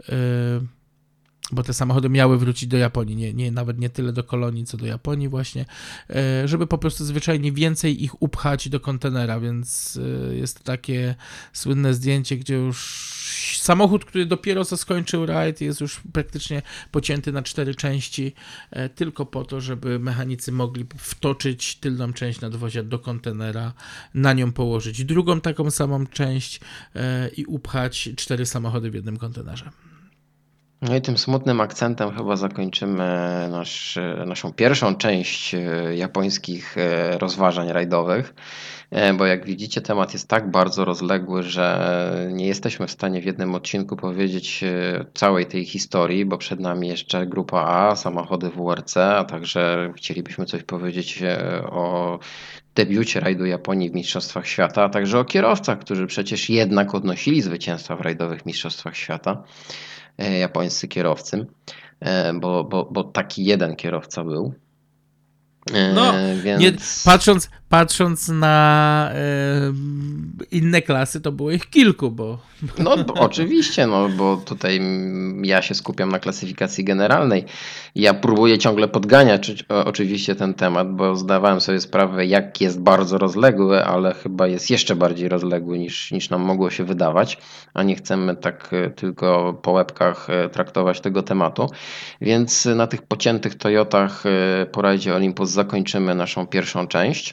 bo te samochody miały wrócić do Japonii, nawet nie tyle do kolonii, co do Japonii właśnie, żeby po prostu zwyczajnie więcej ich upchać do kontenera, więc jest takie słynne zdjęcie, gdzie już samochód, który dopiero co skończył rajd, jest już praktycznie pocięty na 4 części, tylko po to, żeby mechanicy mogli wtoczyć tylną część nadwozia do kontenera, na nią położyć drugą taką samą część i upchać 4 samochody w jednym kontenerze. No i tym smutnym akcentem chyba zakończymy naszą pierwszą część japońskich rozważań rajdowych, bo jak widzicie, temat jest tak bardzo rozległy, że nie jesteśmy w stanie w jednym odcinku powiedzieć całej tej historii, bo przed nami jeszcze grupa A, samochody WRC, a także chcielibyśmy coś powiedzieć o debiucie rajdu Japonii w Mistrzostwach Świata, a także o kierowcach, którzy przecież jednak odnosili zwycięstwa w rajdowych Mistrzostwach Świata. Japońscy kierowcy, bo taki jeden kierowca był. No, Więc patrząc na inne klasy, to było ich kilku, bo... No oczywiście, no bo tutaj ja się skupiam na klasyfikacji generalnej. Ja próbuję ciągle podganiać oczywiście ten temat, bo zdawałem sobie sprawę, jak jest bardzo rozległy, ale chyba jest jeszcze bardziej rozległy niż nam mogło się wydawać, a nie chcemy tak tylko po łebkach traktować tego tematu. Więc na tych pociętych Toyotach po rajdzie Olympus zakończymy naszą pierwszą część.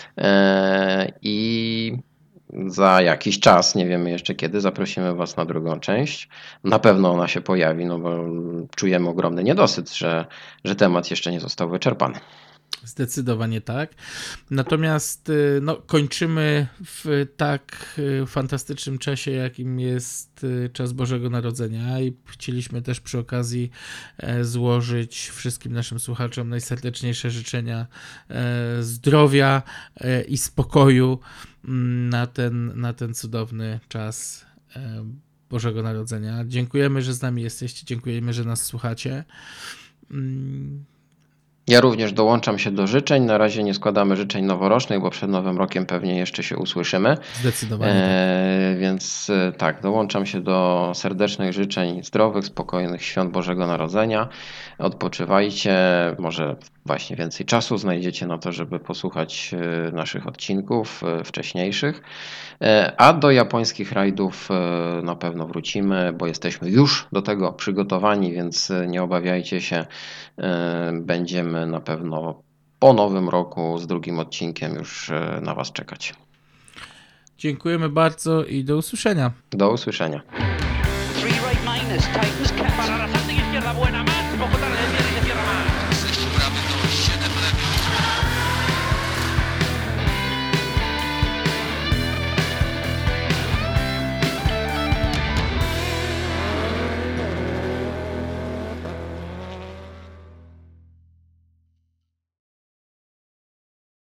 I za jakiś czas, nie wiemy jeszcze kiedy, zaprosimy Was na drugą część. Na pewno ona się pojawi, no bo czujemy ogromny niedosyt, że temat jeszcze nie został wyczerpany. Zdecydowanie tak. Natomiast no, kończymy w tak fantastycznym czasie, jakim jest czas Bożego Narodzenia i chcieliśmy też przy okazji złożyć wszystkim naszym słuchaczom najserdeczniejsze życzenia zdrowia i spokoju na ten cudowny czas Bożego Narodzenia. Dziękujemy, że z nami jesteście, dziękujemy, że nas słuchacie. Ja również dołączam się do życzeń. Na razie nie składamy życzeń noworocznych, bo przed Nowym Rokiem pewnie jeszcze się usłyszymy. Zdecydowanie. Więc tak, dołączam się do serdecznych życzeń zdrowych, spokojnych świąt Bożego Narodzenia. Odpoczywajcie, może właśnie więcej czasu znajdziecie na to, żeby posłuchać naszych odcinków wcześniejszych. A do japońskich rajdów na pewno wrócimy, bo jesteśmy już do tego przygotowani, więc nie obawiajcie się. Będziemy na pewno po Nowym Roku z drugim odcinkiem już na Was czekać. Dziękujemy bardzo i do usłyszenia. Do usłyszenia. Para la izquierda buena más, poco tarde, izquierda más.